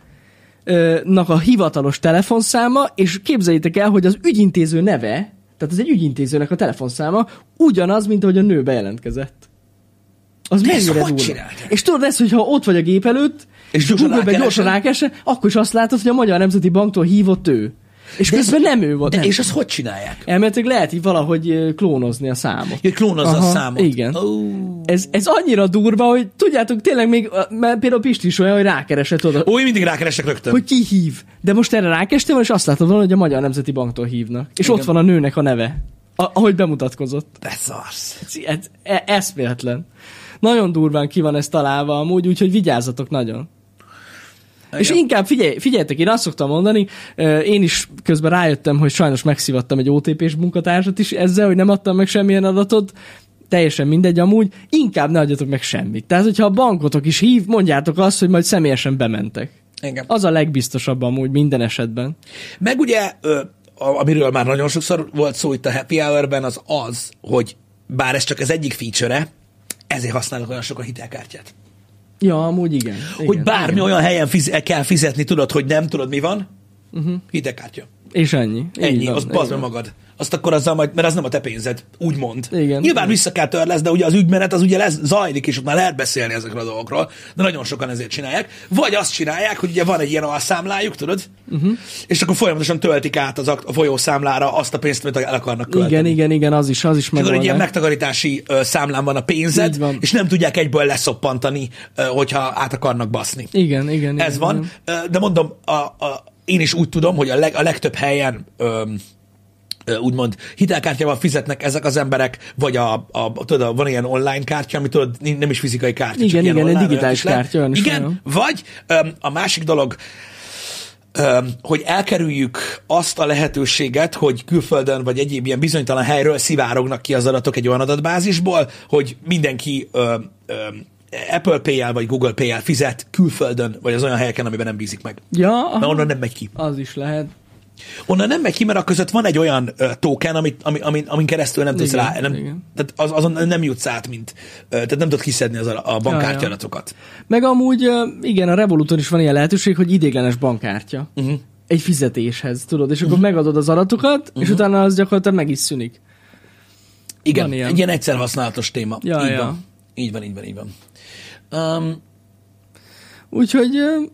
a hivatalos telefonszáma, és képzeljétek el, hogy az ügyintéző neve, tehát ez egy ügyintézőnek a telefonszáma ugyanaz, mint ahogy a nő bejelentkezett. Az mennyire durva. És tudod ezt, hogyha ott vagy a gép előtt, és Google-ben gyorsan rákeresel, akkor is azt látod, hogy a Magyar Nemzeti Banktól hívott ő. És közben nem ő volt. És azt hogy csinálják? Elméletileg lehet így valahogy klónozni a számot. Klónozza a számot. Igen. Ez annyira durva, hogy tudjátok, tényleg még, mert például Pisti is olyan, hogy rákeresett oda. Én mindig rákeresek rögtön. Hogy ki hív. De most erre rákestem, és azt látod volna, hogy a Magyar Nemzeti Banktól hívnak. És igen. Ott van a nőnek a neve. Ahogy bemutatkozott. De szarsz. Ez eszméletlen. Nagyon durván ki van ez találva amúgy, úgyhogy vigyázzatok nagyon. És inkább figyeljetek, én azt szoktam mondani, én is közben rájöttem, hogy sajnos megszivattam egy OTP-s munkatársat is ezzel, hogy nem adtam meg semmilyen adatot, teljesen mindegy amúgy, inkább ne adjatok meg semmit. Tehát, hogyha a bankotok is hív, mondjátok azt, hogy majd személyesen bementek. Igen. Az a legbiztosabb amúgy minden esetben. Meg ugye, amiről már nagyon sokszor volt szó itt a Happy Hour-ben, az, hogy bár ez csak az egyik feature-e, ezért használnak olyan sok a hitelkártyát. Ja, amúgy igen. Hogy bármi igen. Olyan helyen kell fizetni, tudod, hogy nem tudod, mi van? Hitelkártya. És ennyi. Ennyi, azt bazd meg magad. Azt akkor azzal majd, mert az nem a te pénzed, úgymond. Igen. Nyilván vissza kell törlesz, de ugye az ügymenet az ugye zajlik, és ott már lehet beszélni ezekről a dolgokról, de nagyon sokan ezért csinálják. Vagy azt csinálják, hogy ugye van egy ilyen alszámlájuk, tudod? És akkor folyamatosan töltik át a folyószámlára azt a pénzt, amit el akarnak költeni. Igen, az is megoldás. Egy ilyen megtakarítási számlán van a pénzed, és nem tudják egyből leszoppantani, hogyha át akarnak baszni. Igen. Ez van. De mondom, én is úgy tudom, hogy a legtöbb helyen úgymond hitelkártyával fizetnek ezek az emberek, vagy tudod, van ilyen online kártya, ami tudod, nem is fizikai kártya. Igen, egy digitális kártya. Igen, vagy a másik dolog, hogy elkerüljük azt a lehetőséget, hogy külföldön vagy egyéb ilyen bizonytalan helyről szivárognak ki az adatok egy olyan adatbázisból, hogy mindenki Apple Pay-jel vagy Google Pay-jel fizet külföldön, vagy az olyan helyeken, amiben nem bízik meg. Ja, mert onnan nem megy ki. Az is lehet. Onnan nem megy ki, mert a között van egy olyan token, amin keresztül nem tudsz rá, tehát azon nem jutsz át, tehát nem tudod kiszedni a bankkártya adatokat. Meg amúgy, igen, a Revoluton is van ilyen lehetőség, hogy idéglenes bankkártya. Egy fizetéshez, tudod, és akkor megadod az adatokat, és utána az gyakorlatilag meg is szűnik. Igen, egy ilyen egyszer használatos téma. Ja, Így van. Úgyhogy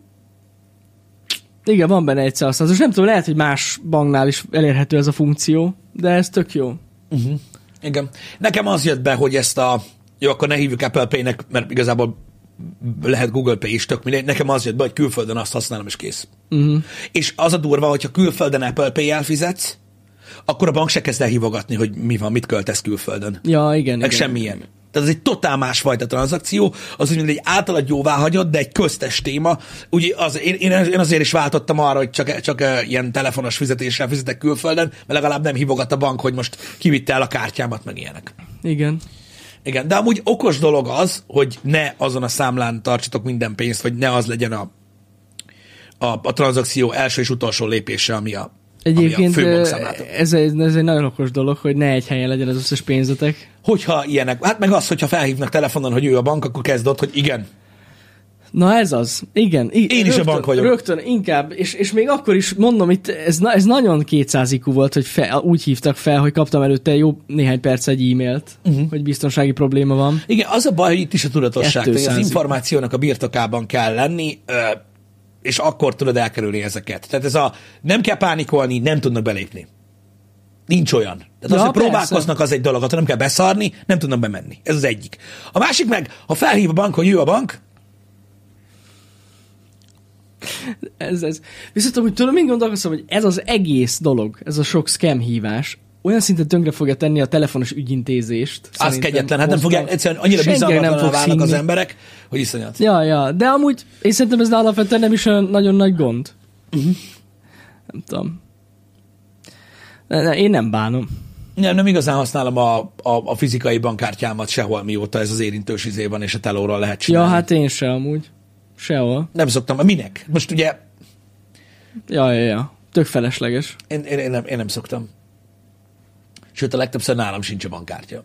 igen, van benne egyszer használatos. Nem tudom, lehet, hogy más banknál is elérhető ez a funkció, de ez tök jó. Igen. Nekem az jött be, hogy jó, akkor ne hívjuk Apple Pay-nek, mert igazából lehet Google Pay is, tök mindegy. Nekem az jött be, hogy külföldön azt használom, és kész. És az a durva, hogyha külföldön Apple Pay-jel fizetsz, akkor a bank se kezd el hívogatni, hogy mi van, mit költesz külföldön. Ja, igen. Meg semmilyen. Tehát ez egy totál másfajta tranzakció, az úgy, mint egy általad jóváhagyott, de egy köztes téma. Ugye én azért is váltottam arra, hogy csak ilyen telefonos fizetéssel fizetek külföldön, mert legalább nem hívogat a bank, hogy most kivitte el a kártyámat, meg ilyenek. Igen, de amúgy okos dolog az, hogy ne azon a számlán tartsatok minden pénzt, vagy ne az legyen a tranzakció első és utolsó lépése, ami a főbankszámlátok. Ez egy nagyon okos dolog, hogy ne egy helyen legyen az összes pénzetek. Hogyha ilyenek, hát meg az, hogyha felhívnak telefonon, hogy ő a bank, akkor kezd ott, hogy igen. Na ez az. Igen. Én rögtön, is a bank vagyok. Rögtön, inkább. És még akkor is mondom, itt ez nagyon 200 IQ volt, hogy úgy hívtak fel, hogy kaptam előtte jó néhány perc egy e-mailt, hogy biztonsági probléma van. Igen, az a baj, hogy itt is a tudatosság, hogy az információnak a birtokában kell lenni, és akkor tudod elkerülni ezeket. Tehát nem kell pánikolni, nem tudnak belépni. Nincs olyan. Tehát az, hogy próbálkoznak, az egy dolog, ha nem kell beszarni, nem tudnak bemenni. Ez az egyik. A másik meg, ha felhív a bank, hogy ő a bank, Ez. Viszont amúgy tudom, én gondolkozom, hogy ez az egész dolog, ez a sok scam hívás, olyan szinten tönkre fogja tenni a telefonos ügyintézést. Az kegyetlen, hát nem fogják, egyszerűen annyira bizalmatlanul válnak az emberek, hogy iszonyat. Ja, de amúgy én szerintem ez alapvetően nem is olyan nagyon nagy gond. Nem tudom. Én nem bánom. Nem igazán használom a fizikai bankkártyámat sehol, mióta ez az érintős izé van, és a telóról lehet csinálni. Ja, hát én se amúgy. Sehol. Nem szoktam. Minek? Most ugye... Ja. Tök felesleges. Én nem szoktam. Sőt, a legtöbbször nálam sincs a bankkártya.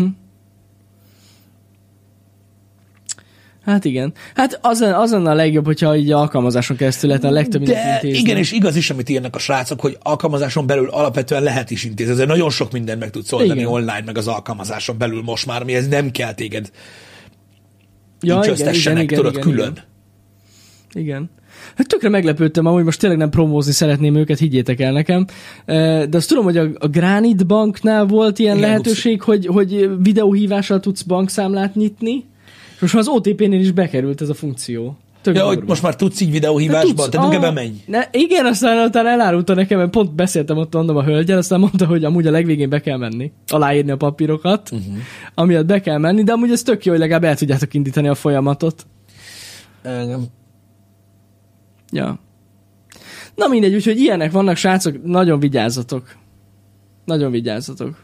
Hát igen. Hát azon a legjobb, hogyha így alkalmazáson keresztül lehet a legtöbb mindent intézni. Igen, és igaz is, amit írnak a srácok, hogy alkalmazáson belül alapvetően lehet is intézni. Ezért nagyon sok mindent meg tudsz oldani online, meg az alkalmazáson belül most már, amihez nem kell téged igen, tudod, külön. Igen. Hát tökre meglepődtem, ahogy most tényleg nem promózni szeretném őket, higgyétek el nekem. De azt tudom, hogy a Granite Banknál volt ilyen lehetőség, hogy videóhívással tudsz bankszámlát nyitni. Most már az OTP-nél is bekerült ez a funkció. Hogy most már tudsz így videóhívásban? Te nem kell bemenj? Igen, aztán elárulta nekem, mert pont beszéltem ott mondom a hölgyel, aztán mondta, hogy amúgy a legvégén be kell menni, aláírni a papírokat, amiatt be kell menni, de amúgy ez tök jó, hogy legalább el tudjátok indítani a folyamatot. Ja. Na mindegy, úgyhogy ilyenek vannak, srácok, nagyon vigyázzatok. Nagyon vigyázzatok.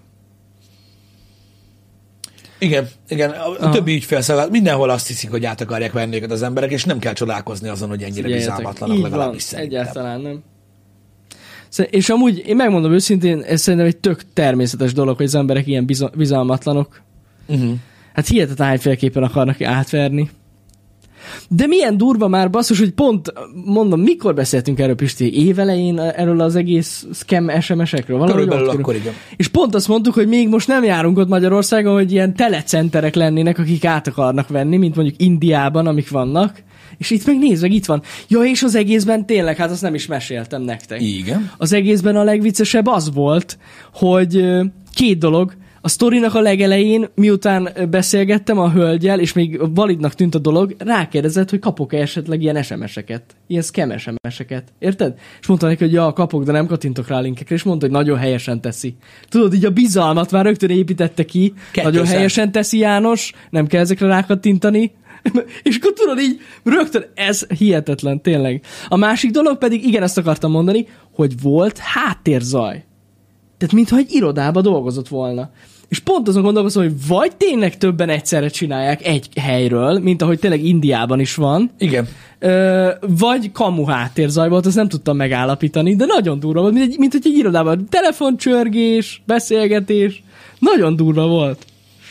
Igen. A többi ügyfélszolgálat mindenhol azt hiszik, hogy át akarják venni őket az emberek, és nem kell csodálkozni azon, hogy ennyire bizalmatlanak, legalábbis szerintem. Egyáltalán nem. És amúgy, én megmondom őszintén, ez szerintem egy tök természetes dolog, hogy az emberek ilyen bizalmatlanok. Hát hihetetlen hányféleképpen akarnak átverni. De milyen durva már basszus, hogy pont, mondom, mikor beszéltünk erről, Pisti? Évelején erről az egész scam SMS-ekről? Körülbelül akkor igen. És pont azt mondtuk, hogy még most nem járunk ott Magyarországon, hogy ilyen telecenterek lennének, akik át akarnak venni, mint mondjuk Indiában, amik vannak. És itt meg nézd, meg itt van. Ja, és az egészben tényleg, hát azt nem is meséltem nektek. Igen. Az egészben a legviccesebb az volt, hogy két dolog. A sztorinak a legelején, miután beszélgettem a hölgyel, és még validnak tűnt a dolog, rákérdezett, hogy kapok-e esetleg ilyen SMS-eket, ilyen scam SMS-eket. Érted? És mondta neki, hogy ja, kapok, de nem kattintok rá linkekre, és mondta, hogy nagyon helyesen teszi. Tudod, így a bizalmat már rögtön építette ki. Nagyon helyesen teszi, János, nem kell ezekre rákattintani. És akkor tudod így, rögtön ez hihetetlen, tényleg. A másik dolog pedig, igen, ezt akartam mondani, hogy volt háttérzaj. Tehát mintha egy irodába dolgozott volna. És pont azon gondolkozom, hogy vagy tényleg többen egyszerre csinálják egy helyről, mint ahogy tényleg Indiában is van, Igen. vagy kamu háttérzaj volt, azt nem tudtam megállapítani, de nagyon durva volt, mint hogy egy irodában telefoncsörgés, beszélgetés, nagyon durva volt.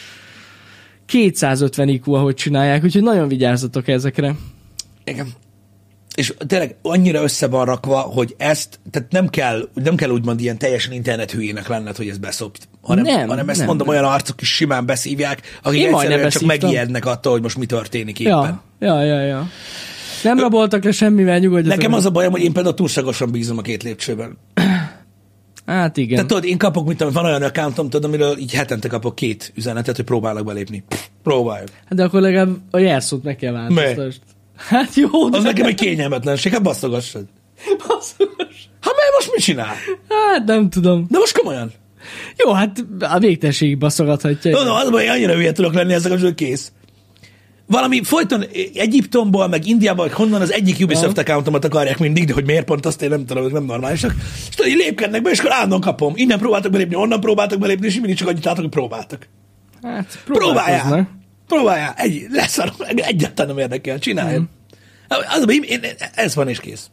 250 IQ, ahogy csinálják, úgyhogy nagyon vigyázzatok ezekre. Igen. És tényleg annyira össze van rakva, hogy ezt, tehát nem kell úgymond ilyen teljesen internethülyének lenned, hogy ez beszopj, hanem ezt mondom, olyan arcok is simán beszívják, akik Én egyszerűen csak megijednek attól, hogy most mi történik éppen. Ja. Nem raboltak le semmivel, nyugodjatok. Nekem az a bajom, hogy én például túlságosan bízom a 2 lépcsőben. Hát igen. Tehát tudod, én kapok, mit tudom, van olyan accountom, tudod, amiről így hetente kapok 2 üzenetet, hogy próbálok belépni. Próbáljuk. Hát de akkor legalább a jelszót meg kell változtasd. Hát jó, de... Az nekem egy kényelmetlenség, hát basszogassad. Hát mert most mit csinál? Hát nem tudom. De most komolyan. Jó, hát a végtelenségig basszogathatja. No, az baj, annyira hülye tudok lenni ezzel kapcsolatban, kész. Valami folyton Egyiptomból, meg Indiából, vagy honnan az egyik Ubisoft accountomat akarják mindig, de hogy miért pont azt én nem tudom, hogy nem normálisak. És tudod, így lépkednek be, és akkor állandóan kapom. Innen próbáltak belépni, onnan próbáltak belépni, és mindig csak annyit látok, hogy próbáltak. Hát Próbáljál. Leszarom, egyáltalán nem érdekel. Csináljad. Ez van és kész.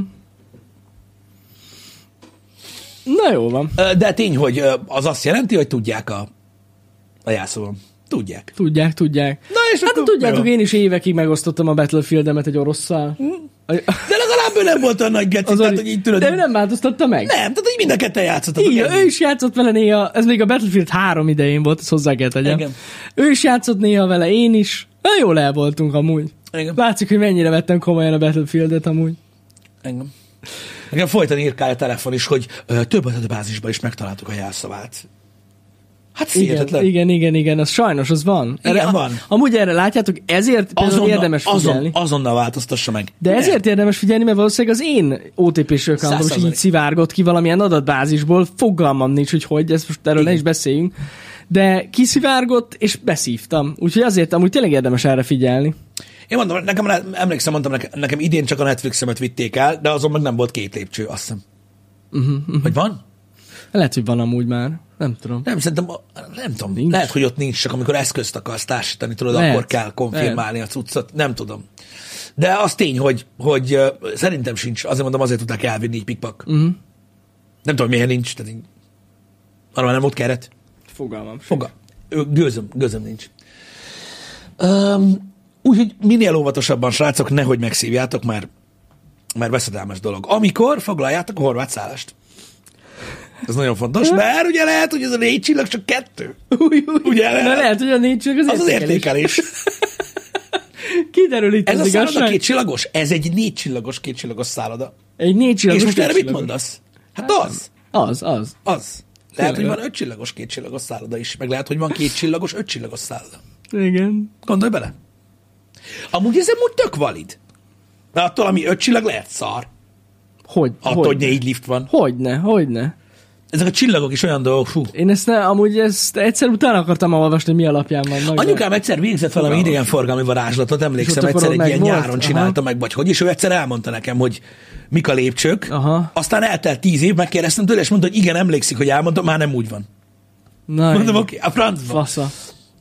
Na jó van. De tény, hogy az azt jelenti, hogy tudják a jelszóban. Tudják. Tudják. Na és hát akkor tudjátok, én is évekig megosztottam a Battlefield-emet egy orosszal. De legalább ő nem volt olyan nagy geci, tehát, hogy így tudod. De ő nem változtatta meg. Nem, tehát így mind a ketten játszottatok. Igen, ő is játszott vele néha, ez még a Battlefield 3 idején volt, ezt hozzá kell tegyem. Igen. Ő is játszott néha vele, én is. Na jól el voltunk amúgy. Igen. Látszik, hogy mennyire vettem komolyan a Battlefield-et amúgy. Engem. Nekem folyton írkál a telefon is, hogy több adatbázisban is megtaláltuk a jelszavát. Hát hihetetlen. Igen, az sajnos, az van. Igen, van. Amúgy erre látjátok, ezért érdemes figyelni. Azonnal változtassa meg. De ezért érdemes figyelni, mert valószínűleg az én OTP-s account is így szivárgott ki valamilyen adatbázisból, fogalmam nincs, hogy ezt most erről ne is beszéljünk, de kiszivárgott, és beszívtam. Úgyhogy azért amúgy tényleg érdemes erre figyelni. Én mondom, emlékszem, nekem idén csak a Netflixemet vitték el, de azon meg nem volt 2 lépcső, azt hiszem. Vagy van? Lehet, hogy van amúgy már. Nem tudom. Nem tudom. Nincs. Lehet, hogy ott nincs, csak amikor eszközt akarsz társítani, tudod, lehet, akkor kell konfirmálni a cuccot. Nem tudom. De az tény, hogy szerintem sincs. Azért mondom, azért tudták elvinni így pikpak. Nem tudom, miért nincs. Tehát arra nem volt keret. Fogalmam. Gőzöm nincs. Úgyhogy minél óvatosabban, srácok, nehogy megszívjátok, mert veszedelmes dolog. Amikor foglaljátok a horvát szállást. Ez nagyon fontos, mert ugye lehet, hogy ez a 4 csillag csak 2. Ugye lehet, hogy a 4 csillag az értékelés. Kiderül itt ez az igazság. Ez a szálloda 2 csillagos? Ez egy 4 csillagos, 2 csillagos szálloda. Egy 4 csillagos. És most erre mit mondasz? Hát az. Az. Lehet, hogy van 5 csillagos, 2 csillagos szálloda is, meg lehet, hogy van 2 csillagos, 5 csillagos szálloda. Igen. Gondolj bele. Amúgy ez amúgy tök valid. De attól, ami 5 csillag, lehet szar. Attól, hogy 4 lift van. Hogyne. Ezek a csillagok is olyan dolgok, fú. Én amúgy egyszer utána akartam olvasni, mi alapján van. Anyukám egyszer végzett valami idegenforgalmi varázslatot, emlékszem, egyszer egy ilyen nyáron csinálta meg, vagy hogy, és ő egyszer elmondta nekem, hogy mik a lépcsők. Aha. Aztán eltelt 10 év, megkérdeztem tőle, és mondta, hogy igen, emlékszik, hogy elmondtam, már nem úgy van. Mondom, oké, a francba. Fasza.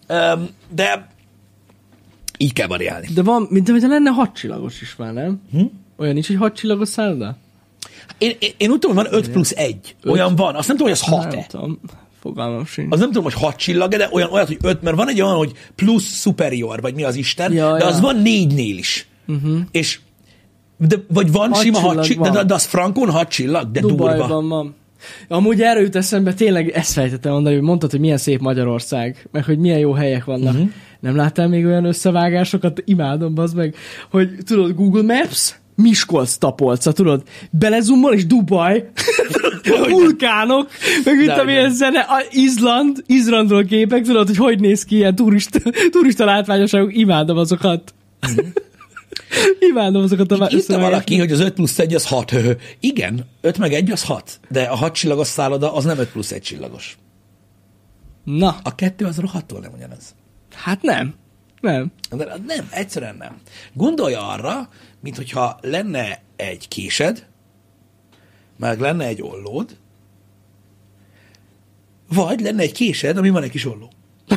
De így kell variálni. De van, mint hogyha lenne 6 csillagos is már, nem? Olyan nincs, hogy 6 csillagos szálloda? Én úgy tudom, hogy van 5+1. Olyan van. Azt nem tudom, hogy az 6-e. Nem tudom. Fogalmam sincs. Az nem tudom, hogy 6 csillag, de olyan, hogy 5, mert van egy olyan, hogy plusz superior, vagy mi az Isten, de az van 4-nél is. És vagy van sima 6 csillag, de az frankon 6 csillag, de Dubajban durva. van. Amúgy erről jut eszembe, tényleg ezt fejtettem mondani, hogy mondtad, hogy milyen szép Magyarország, meg hogy milyen jó helyek vannak. Nem láttál még olyan összevágásokat? Imádom, bazd meg, hogy tudod, Google Maps, Miskolc-Tapolca, tudod, belezoomol, és Dubaj, vulkánok, meg mint amilyen zene, Izlandról képek, tudod, hogy néz ki ilyen turista látványosságok, imádom azokat. Imádom azokat a Írta valaki, hogy az 5+1 az 6. Igen, 5 meg 1 az 6, de a 6 csillagos szálloda az nem 5+1 csillagos. Na. A 2 az rohadtul nem ugyanaz. Hát nem. Nem. De nem, egyszerűen nem. Gondolja arra, mint hogyha lenne egy késed, meg lenne egy ollód, vagy lenne egy késed, ami van egy kis olló.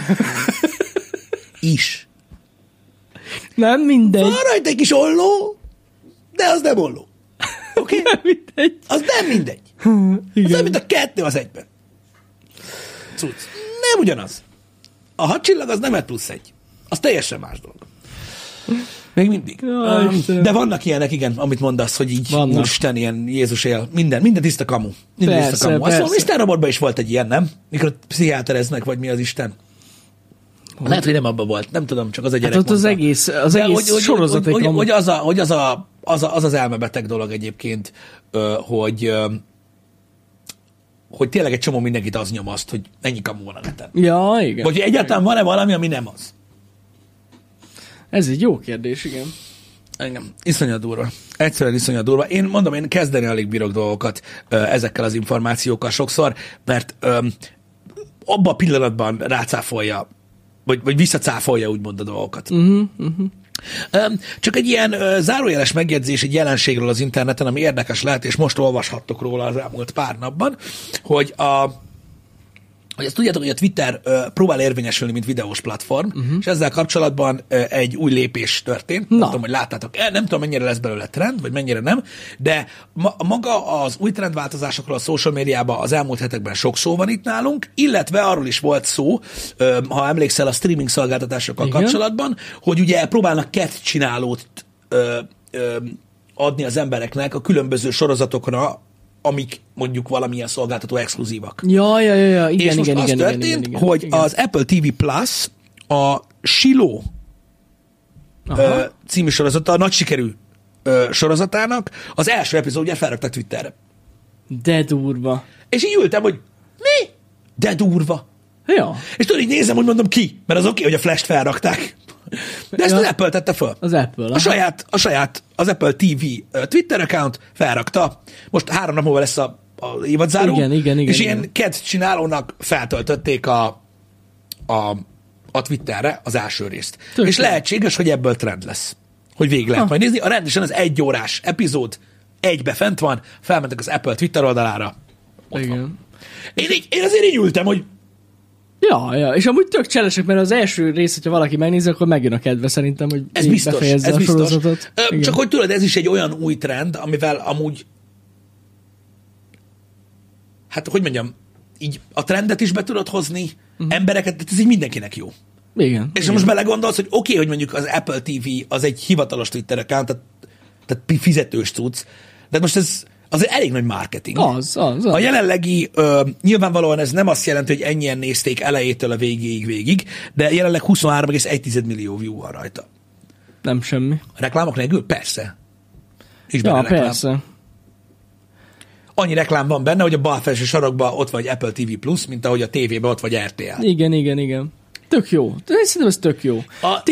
Is. Nem mindegy. Van rajta egy kis olló, de az nem olló. Oké? Okay? Nem mindegy. Az nem mindegy. Az nem, mint a kettő az egyben. Cucc. Nem ugyanaz. A hadcsillag az nem 1+1. Az teljesen más dolog. Még mindig. De vannak ilyenek, igen, amit mondasz, hogy így Úristen, ilyen Jézus él. Minden tiszta kamu. Minden tiszta kamu. Azt mondom, Isten Robotban is volt egy ilyen, nem? Mikor pszichiátereznek, vagy mi az Isten. Lehet, hogy nem abban volt, nem tudom, csak az a gyerek hát ott az egész sorozat egy kamu. Hogy az elmebeteg dolog egyébként, hogy tényleg egy csomó mindenkit az nyomaszt, hogy ennyi kamu van a neten. Ja, igen. Vagy egyáltalán van-e valami, ami nem az? Ez egy jó kérdés, igen. Engem. Iszonyat durva. Egyszerűen iszonyat durva. Én mondom, én kezdeni alig bírok dolgokat ezekkel az információkkal sokszor, mert abban a pillanatban rácáfolja, vagy visszacáfolja úgymond a dolgokat. Csak egy ilyen zárójeles megjegyzés egy jelenségről az interneten, ami érdekes lehet, és most olvashattok róla az elmúlt pár napban, hogy ezt tudjátok, hogy a Twitter próbál érvényesülni, mint videós platform, és ezzel kapcsolatban egy új lépés történt. Nem tudom, hogy láttátok el, nem tudom, mennyire lesz belőle trend, vagy mennyire nem, de maga az új trendváltozásokról a social médiában az elmúlt hetekben sok szó van itt nálunk, illetve arról is volt szó, ha emlékszel a streaming szolgáltatásokkal kapcsolatban, hogy ugye próbálnak csinálót adni az embereknek a különböző sorozatokra, amik mondjuk valamilyen szolgáltató exkluzívak. Ja, igen, és most igen, az történt, hogy az Apple TV Plus a Shiloh című sorozata, a nagy sikerű sorozatának az első epizódját felrakták Twitterre. De durva. És így ültem, hogy mi? De durva. Ja. És tudod, így nézem, hogy mondom ki, mert az oké, hogy a Flash-t felrakták. De ezt az Apple tette föl. Az Apple. A saját, az Apple TV Twitter account felrakta. Most 3 nap múlva lesz a évadzáró. Igen. És ilyen csinálónak feltöltötték a Twitterre az első részt. És lehetséges, hogy ebből trend lesz. Hogy végig lehet majd nézni. A rendesen az 1 órás epizód egybe fent van, felmentek az Apple Twitter oldalára. Ott van. Én azért így ültem, hogy Ja, és amúgy tök cselesek, mert az első rész, hogyha valaki megnézi, akkor megjön a kedve szerintem, hogy ez biztos, befejezze a sorozatot. Csak hogy tudod, ez is egy olyan új trend, amivel amúgy hát, hogy mondjam, így a trendet is be tudod hozni, embereket, tehát ez így mindenkinek jó. Igen. És most belegondolsz, hogy oké, hogy mondjuk az Apple TV az egy hivatalos Twitter account, tehát fizetős cucc, de most ez azért elég nagy marketing. Az. A jelenlegi, nyilvánvalóan ez nem azt jelenti, hogy ennyien nézték elejétől a végig, de jelenleg 23,1 millió view van rajta. Nem semmi. A reklámok nélkül? Persze. Ja, persze. Annyi reklám van benne, hogy a bal felső sarokban ott vagy Apple TV Plus, mint ahogy a tévében ott vagy RTL. Igen. Tök jó. Szerintem ez tök jó.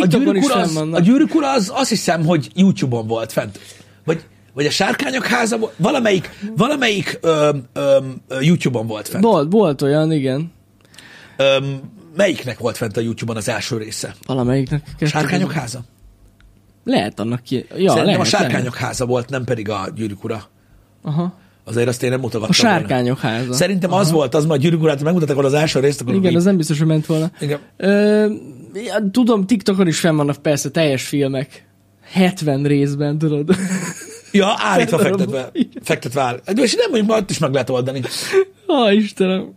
A Gyűrűk ura az azt hiszem, hogy YouTube-on volt fent. Vagy a Sárkányok háza, valamelyik YouTube-on volt fent. Volt olyan, igen. Melyiknek volt fent a YouTube-on az első része? Valamelyiknek. Sárkányok háza? Lehet annak ki. Ja, szerintem lehet, a Sárkányok háza volt, nem pedig a Gyűrűk ura. Aha. Azért azt én nem mutogattam. A Sárkányok háza. Szerintem az volt, az majd Gyűrűk urát, megmutattak volna az első részt, akkor igen, az nem biztos, hogy ment volna. Igen. Tudom, TikTokon is fenn vannak persze teljes filmek. 70 részben, tudod. Ja, állítva fektetve áll. És nem mondjuk, majd is meg lehet oldani. Istenem.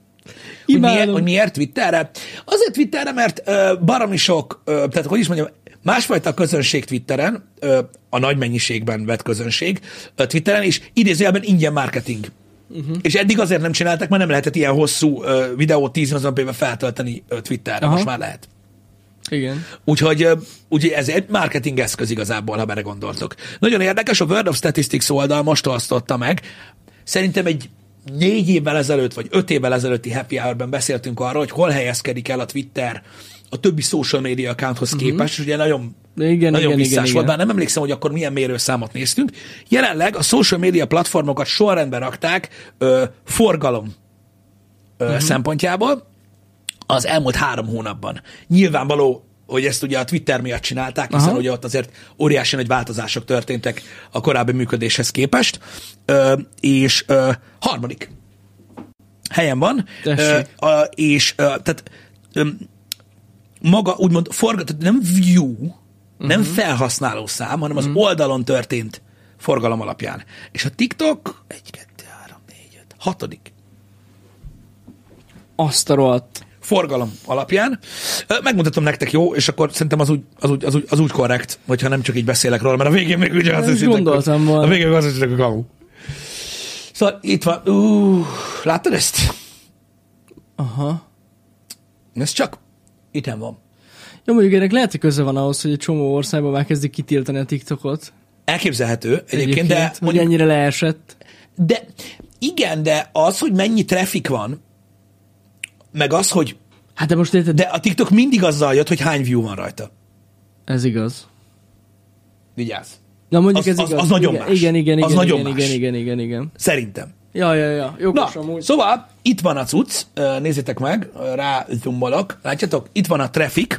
Hogy miért Twitterre? Azért Twitterre, mert baromi sok, tehát hogy is mondjam, másfajta közönség Twitteren, a nagy mennyiségben vett közönség Twitteren, és idézőjelben ingyen marketing. És eddig azért nem csináltak, mert nem lehetett ilyen hosszú videót 10-80p-ben feltölteni Twitterre. Most már lehet. Igen. Úgyhogy ez egy marketing eszköz igazából, ha belegondoltok. Nagyon érdekes, a World of Statistics oldal most osztotta meg. Szerintem egy 4 évvel ezelőtt, vagy 5 évvel ezelőtti happy hour-ben beszéltünk arról, hogy hol helyezkedik el a Twitter a többi social media accounthoz képest, és ugye nagyon visszás volt, bár nem emlékszem, hogy akkor milyen mérőszámot néztünk. Jelenleg a social media platformokat sorrendben rakták forgalom szempontjából az elmúlt 3 hónapban. Nyilvánvaló, hogy ezt ugye a Twitter miatt csinálták, hiszen ugye ott azért óriási nagy változások történtek a korábbi működéshez képest, és harmadik. helyen van, Tessék. és tehát maga úgymond tehát nem view, nem felhasználó szám, hanem az oldalon történt forgalom alapján. És a TikTok 1, 2, 3, 4, 5, 6. Azt a rohadt. Forgalom alapján. Megmutatom nektek, jó, és akkor szerintem az úgy korrekt, hogyha nem csak így beszélek róla, mert a végén még ugye azt hiszitek, gondoltam volna. A végén még azt hiszitek, hogy kamu. Szóval itt van. Láttad ezt? Aha. Ez csak itten van. Jó, mondjuk ennek lehet, hogy köze van ahhoz, hogy egy csomó országban már kezdik kitiltani a TikTokot. Elképzelhető egyébként, de hogy mondjuk, ennyire leesett. de igen, de az, hogy mennyi traffic van, meg az, hogy Hát de most érted, de a TikTok mindig azzal jött, hogy hány view van rajta. ez igaz. Vigyázz. Na mondjuk Az- ez igaz. az nagyon igen, más. Igen, Az igen, nagyon igen, más. igen. Szerintem. Ja. Jogos Na, amúgy. szóval itt van a cucc, nézzétek meg, rá zoomolok, látjátok, itt van a traffic,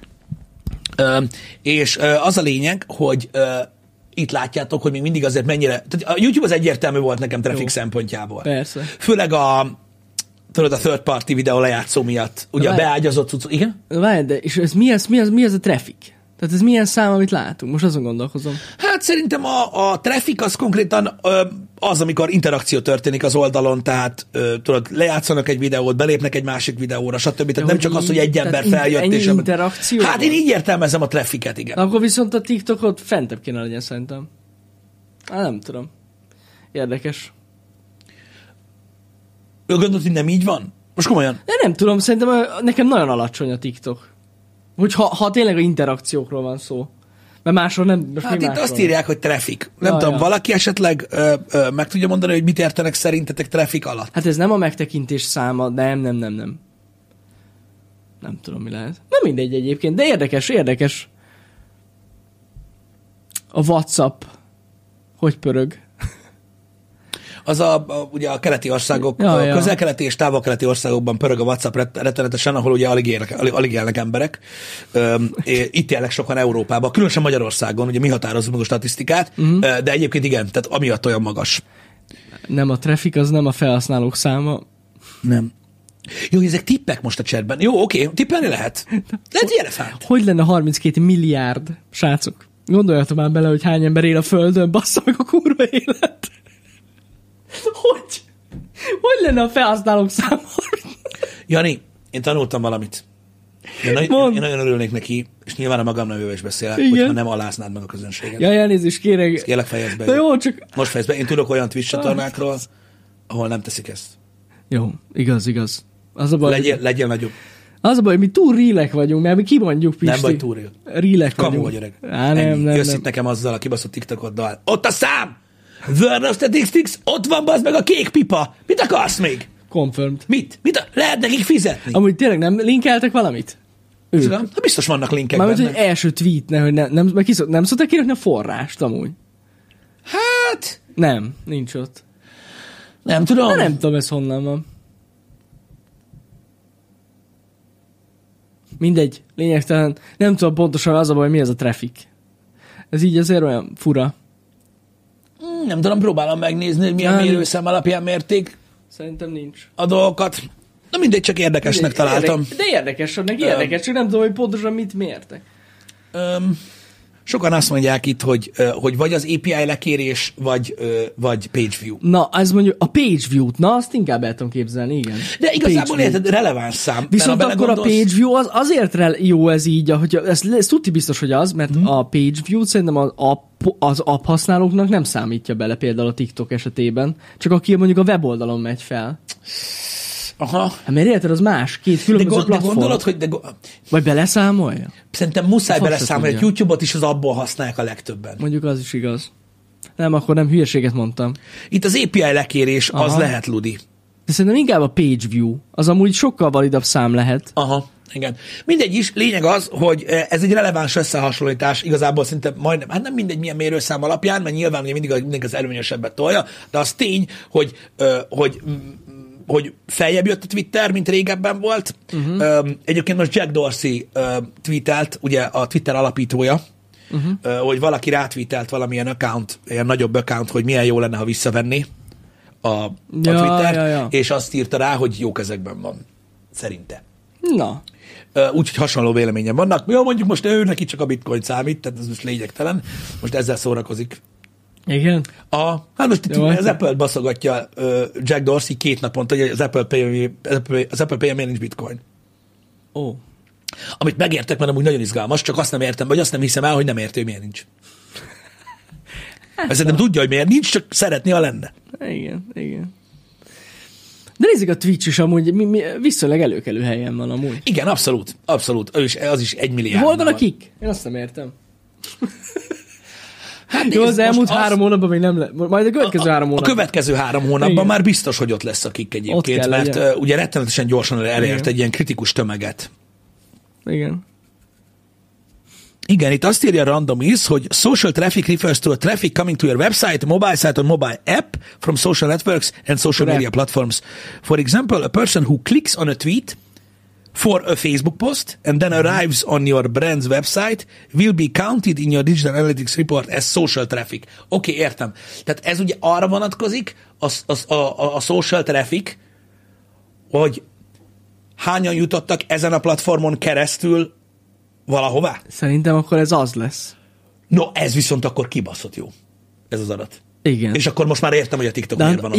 és az a lényeg, hogy itt látjátok, hogy még mindig azért mennyire, tehát a YouTube az egyértelmű volt nekem traffic szempontjából. Persze. Főleg a third party videó lejátszó miatt, ugye a várj. beágyazott cucc, igen? Várj, de és ez mi az a traffic? Tehát ez milyen szám, amit látunk? Most azon gondolkozom. Hát szerintem a traffic az konkrétan az, amikor interakció történik az oldalon, tehát tudod, lejátszanak egy videót, belépnek egy másik videóra, stb. Tehát nem csak az, hogy egy ember feljött, ennyi és... interakció Hát van? én így értelmezem a trafficet, igen. Akkor viszont a TikTokot fentebb kéne legyen szerintem. Hát nem tudom. Érdekes. Gondolod, hogy nem így van? Most komolyan. De nem tudom, szerintem nekem nagyon alacsony a TikTok. Hogy ha tényleg a interakciókról van szó. Mert máshol nem... Most Hát mi itt másról azt van? írják, hogy traffic. Nem Ja, tudom, ja. valaki esetleg meg tudja mondani, hogy mit értenek szerintetek traffic alatt? Hát ez nem a megtekintés száma, nem. Nem tudom, mi lehet. Nem mindegy egyébként, de érdekes. A WhatsApp hogy pörög? Az ugye a keleti országok, Ja, a ja. közel-keleti és távol-keleti országokban pörög a WhatsApp rettenetesen, ahol ugye alig élnek emberek. Itt élnek sokan Európában, különösen Magyarországon, ugye mi határozzuk meg a statisztikát, de egyébként igen, tehát amiatt olyan magas. Nem a traffic, az nem a felhasználók száma. Nem. Jó, ezek tippek most a chatben. Jó, oké, tippelni lehet. Lehet ilyen elefánt. Hogy lenne 32 milliárd, srácok? Gondoljatok már bele, hogy hány ember él a Földön, bassza meg a kurva élet. Hogy lenne a felhasználók száma? Jani, én tanultam valamit. Én nagyon örülnék neki, és nyilván a magam nevében is beszélek, Igen. hogyha nem aláznád meg a közönséget. Jaj, elnézést kérek. Kérlek, fejezd be. De jó, csak... Most fejezd be. Én tudok olyan Twitch csatornákról, ahol nem teszik ezt. Jó, igaz. Az a baj, Legyél nagyobb. az a baj, mi túl rílek vagyunk, mert mi kimondjuk, Pisti. Nem vagy túl real. Rílek Kamu vagyunk. vagy öreg. Á, nem, Ennyi. nem. Jössz itt nekem azzal a kibaszott TikTokoddal. Ott a szám! Word of Statistics, ott van bazd meg a kék pipa. Mit akarsz még? Confirmed. Mit? Lehet nekik fizetni? Amúgy tényleg nem linkeltek valamit? Ők. Tudom, hát biztos vannak linkek Mármint, benne. hogy első tweet, hogy nem szokták kirakni a forrást amúgy. Hát, Nem, nincs ott. nem tudom. De nem tudom, ez honnan van. Mindegy, lényegtelen. Nem tudom pontosan az a baj, mi ez a traffic. Ez így azért olyan fura. Nem tudom, próbálom megnézni, hogy milyen Nem. mérőszám alapján mérték Szerintem nincs. a dolgokat. Na mindegy, csak érdekesnek találtam. De érdekes, érdekes, csak nem tudom, hogy pontosan mit mértek. Sokan azt mondják itt, hogy vagy az API lekérés, vagy page view. Na, ez mondjuk a page view-t, na azt inkább el tudom képzelni, igen. De igazából Page view. érted, releváns szám. Viszont Mert ha akkor a belegondolsz- page view az azért jó ez így, hogy ez tudti biztos, hogy az, mert a page view szerintem az app használóknak nem számítja bele például a TikTok esetében, csak aki mondjuk a weboldalon megy fel. Aha. Hát mert érted, az más, két különböző De platform. gondolod, hogy Vagy beleszámolja? szerintem muszáj Fasz se beleszámolni, hogy tudja. YouTube-ot is az abból használják a legtöbben. Mondjuk az is igaz. Nem, akkor nem hülyeséget mondtam. Itt az API lekérés, az Aha. lehet ludi. De szerintem inkább a page view. Az amúgy sokkal validabb szám lehet. Aha, igen. Mindegy is, lényeg az, hogy ez egy releváns összehasonlítás, igazából szinte majdnem, hát nem mindegy milyen mérőszám alapján, mert nyilván ugye mindig az előnyösebbet tolja, de az tény, hogy feljebb jött a Twitter, mint régebben volt. Egyébként most Jack Dorsey tweetelt, ugye a Twitter alapítója, hogy valaki rátweetelt valamilyen account, ilyen nagyobb account, hogy milyen jó lenne, ha visszavenné a Twitter, és azt írta rá, hogy jó kezekben van. Szerinte. Na. Úgyhogy hasonló véleményen vannak. Jó, mondjuk most ő neki csak a bitcoin számít, tehát ez most lényegtelen. Most ezzel szórakozik. Igen? Hát most itt az Apple-t baszogatja Jack Dorsey 2 naponta, hogy az Apple Pay-en miért nincs bitcoin. Ó. Amit megértek, mert amúgy nagyon izgalmas, csak azt nem értem, vagy azt nem hiszem el, hogy nem érti, hogy miért nincs. Ezt nem tudja, hogy miért nincs, csak szeretné, ha lenne. Igen. De nézzük, a Twitch is amúgy viszonylag előkelő helyen van amúgy. Igen, abszolút. Az is 1 milliárd. Hol van a kick? Én azt nem értem. Hát jó, az elmúlt 3 hónapban még nem majd a következő 3 hónapban. A következő 3 hónapban igen. Már biztos, hogy ott lesz a kick egyébként, mert ugye rettenetesen gyorsan elért egy ilyen kritikus tömeget. Igen, itt azt írja Random is, hogy social traffic refers to a traffic coming to your website, mobile site or mobile app from social networks and social media platforms. For example, a person who clicks on a tweet for a Facebook post and then arrives on your brand's website will be counted in your digital analytics report as social traffic. Oké, értem. Tehát ez ugye arra vonatkozik, a social traffic, hogy hányan jutottak ezen a platformon keresztül valahová? Szerintem akkor ez az lesz. No, ez viszont akkor kibaszott jó. Ez az adat. Igen. És akkor most már értem, hogy a TikTok miért van ott.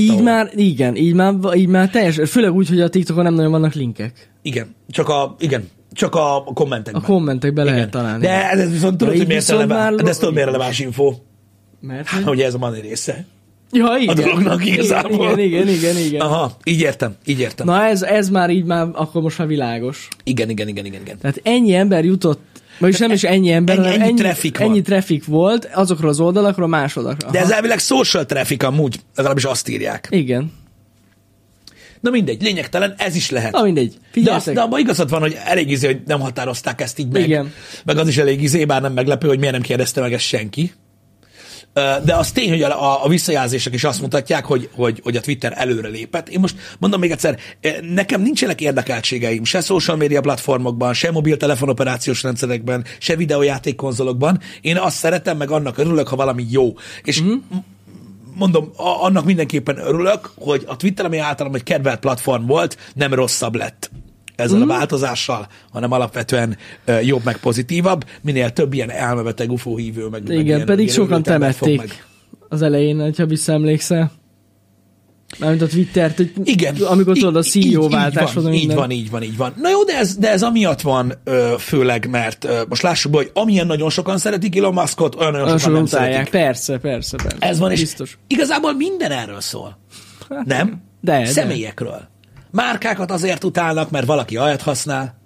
Így már teljes, főleg úgy, hogy a TikTokon nem nagyon vannak linkek. Igen, csak a kommentekben. A kommentekben lehet találni. De ez viszont tudod, hogy miért releváns info. Mert? Hogy ez a money része. Ja, igen. A dolognak igazából. Igen. Aha, így értem. Na ez már így már, akkor most már világos. Igen. Tehát ennyi ember jutott, vagyis nem is ennyi ember, hanem ennyi traffic volt azokról az oldalakról más oldalakra. De ez elvileg social traffic amúgy, legalábbis azt írják. Igen. Na mindegy, lényegtelen, ez is lehet. Na mindegy, figyeljetek. De abban igazad van, hogy elég izé, hogy nem határozták ezt így meg. Igen. Meg az is elég izé, bár nem meglepő, hogy miért nem kérdezte meg ezt senki. De az tény, hogy a visszajelzések is azt mutatják, hogy a Twitter előre lépett. Én most mondom még egyszer, nekem nincsenek érdekeltségeim se social media platformokban, se mobiltelefon operációs rendszerekben, se videójáték konzolokban. Én azt szeretem, meg annak örülök, ha valami jó. És mondom, annak mindenképpen örülök, hogy a Twitter, ami általam egy kedvelt platform volt, nem rosszabb lett ezzel a változással, hanem alapvetően jobb, meg pozitívabb. Minél több ilyen elmebeteg UFO hívő, meg igen, ilyen, pedig sokan temették az elején, hogyha visszaemlékszel. Mármint a Twittert, igen, amikor tudod a CEO váltás. Így van. Na jó, de ez amiatt van főleg, mert most lássuk be, hogy amilyen nagyon sokan szeretik Elon Muskot, olyan nagyon sokan nem szeretik. Persze. Ez van, és biztos. Igazából minden erről szól. Nem? De. Személyekről. Márkákat azért utálnak, mert valaki olyat használ.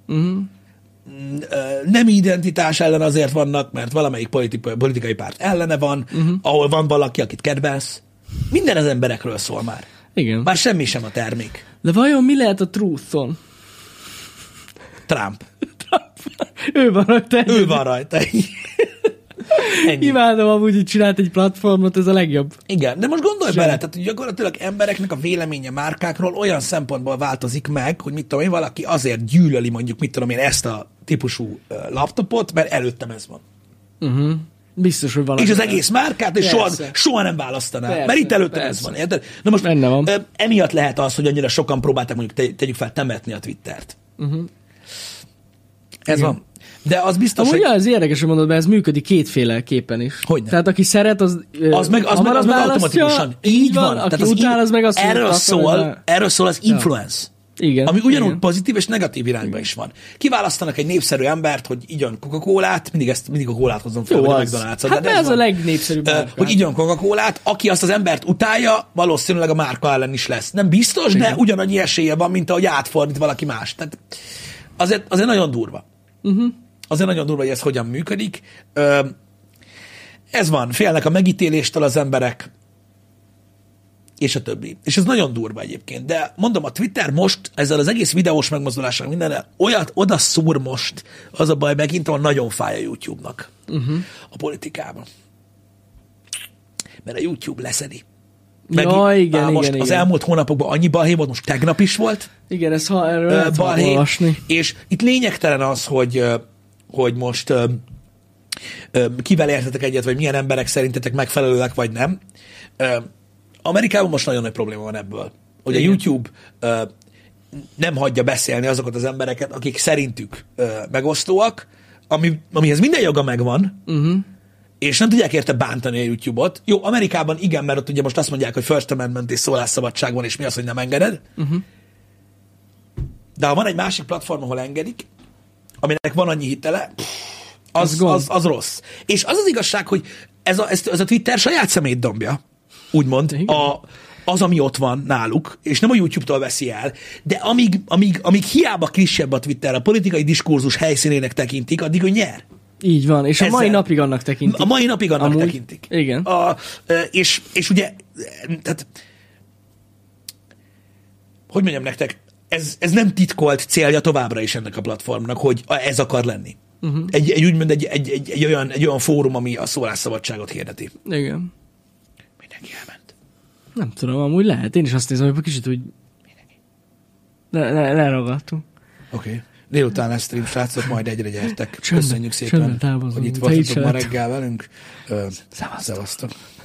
Nem identitás ellen azért vannak, mert valamelyik politikai párt ellene van, ahol van valaki, akit kedvelsz. Minden az emberekről szól már. Igen. Már semmi sem a termék. De vajon mi lehet a Truthon? Trump. Ő van rajta. Imádom amúgy, hogy csinált egy platformot, ez a legjobb. Igen, de most gondolj bele, tehát gyakorlatilag embereknek a véleménye márkákról olyan szempontból változik meg, hogy mit tudom én, valaki azért gyűlöli mondjuk, mit tudom én, ezt a típusú laptopot, mert előttem ez van. Biztos, hogy valami. És az egész márkát, és soha nem választaná. Persze, mert itt előttem ez van, érted? Na most emiatt lehet az, hogy annyira sokan próbálták mondjuk tegyük fel temetni a Twittert. Ez van. De az biztos, hogy... az érdekes, hogy mondod, mert ez működik kétféleképpen is. Hogyne? Tehát aki szeret, az meg automatikusan. Így van. Aki tehát utál, az meg azt erről szól az influence. Igen. Ami ugyanúgy pozitív és negatív irányba is van. Kiválasztanak egy népszerű embert, hogy igyon Coca-Colát, mindig a Coca-Colát hozom fel, vagy a McDonald's-ot. Hát ez a legnépszerűbb márka. Hogy igyon Coca-Colát, aki azt az embert utálja, valószínűleg a márka ellen is lesz. Nem biztos, de ugyanannyi esélye van, mint ahogy átfordít valaki más. Tehát azért nagyon durva. Azért nagyon durva, hogy ez hogyan működik. Ez van, félnek a megítéléstől az emberek, és a többi. És ez nagyon durva egyébként. De mondom, a Twitter most ezzel az egész videós megmozdulással mindennel oda szúr most, az a baj megint, ahol nagyon fáj a YouTube-nak a politikában. Mert a YouTube leszedi. Igen. Az elmúlt hónapokban annyi balhé volt, most tegnap is volt. Igen, erről lehet olvasni. És itt lényegtelen az, hogy most kivel értetek egyet, vagy milyen emberek szerintetek megfelelőek, vagy nem. Amerikában most nagyon nagy probléma van ebből. Hogy a Igen. YouTube nem hagyja beszélni azokat az embereket, akik szerintük megosztóak, amihez minden joga megvan, és nem tudják érte bántani a YouTube-ot. Jó, Amerikában igen, mert ott ugye most azt mondják, hogy First Amendment és szólásszabadság van, és mi az, hogy nem engeded. De ha van egy másik platform, ahol engedik, aminek van annyi hitele, az rossz. És az igazság, hogy ez a Twitter saját szemét dombja, úgymond, az, ami ott van náluk, és nem a YouTube-tól veszi el, de amíg hiába kisebb a Twitter, a politikai diskurzus helyszínének tekintik, addig ő nyer. Így van, és Ezzel. a mai napig annak tekintik. A mai napig annak tekintik. Igen. És ugye, tehát, hogy mondjam nektek, ez nem titkolt célja továbbra is ennek a platformnak, hogy ez akar lenni. Úgymond egy olyan fórum, ami a szólásszabadságot hirdeti. Igen. Mindenki elment. Nem tudom, amúgy lehet. Én is azt nézem, hogy kicsit úgy leragadtunk. Oké. Délután lesz stream, srácok, majd egyre gyertek. Csöndben, Köszönjük szépen, hogy itt voltatok ma reggel velünk. Szevasztok.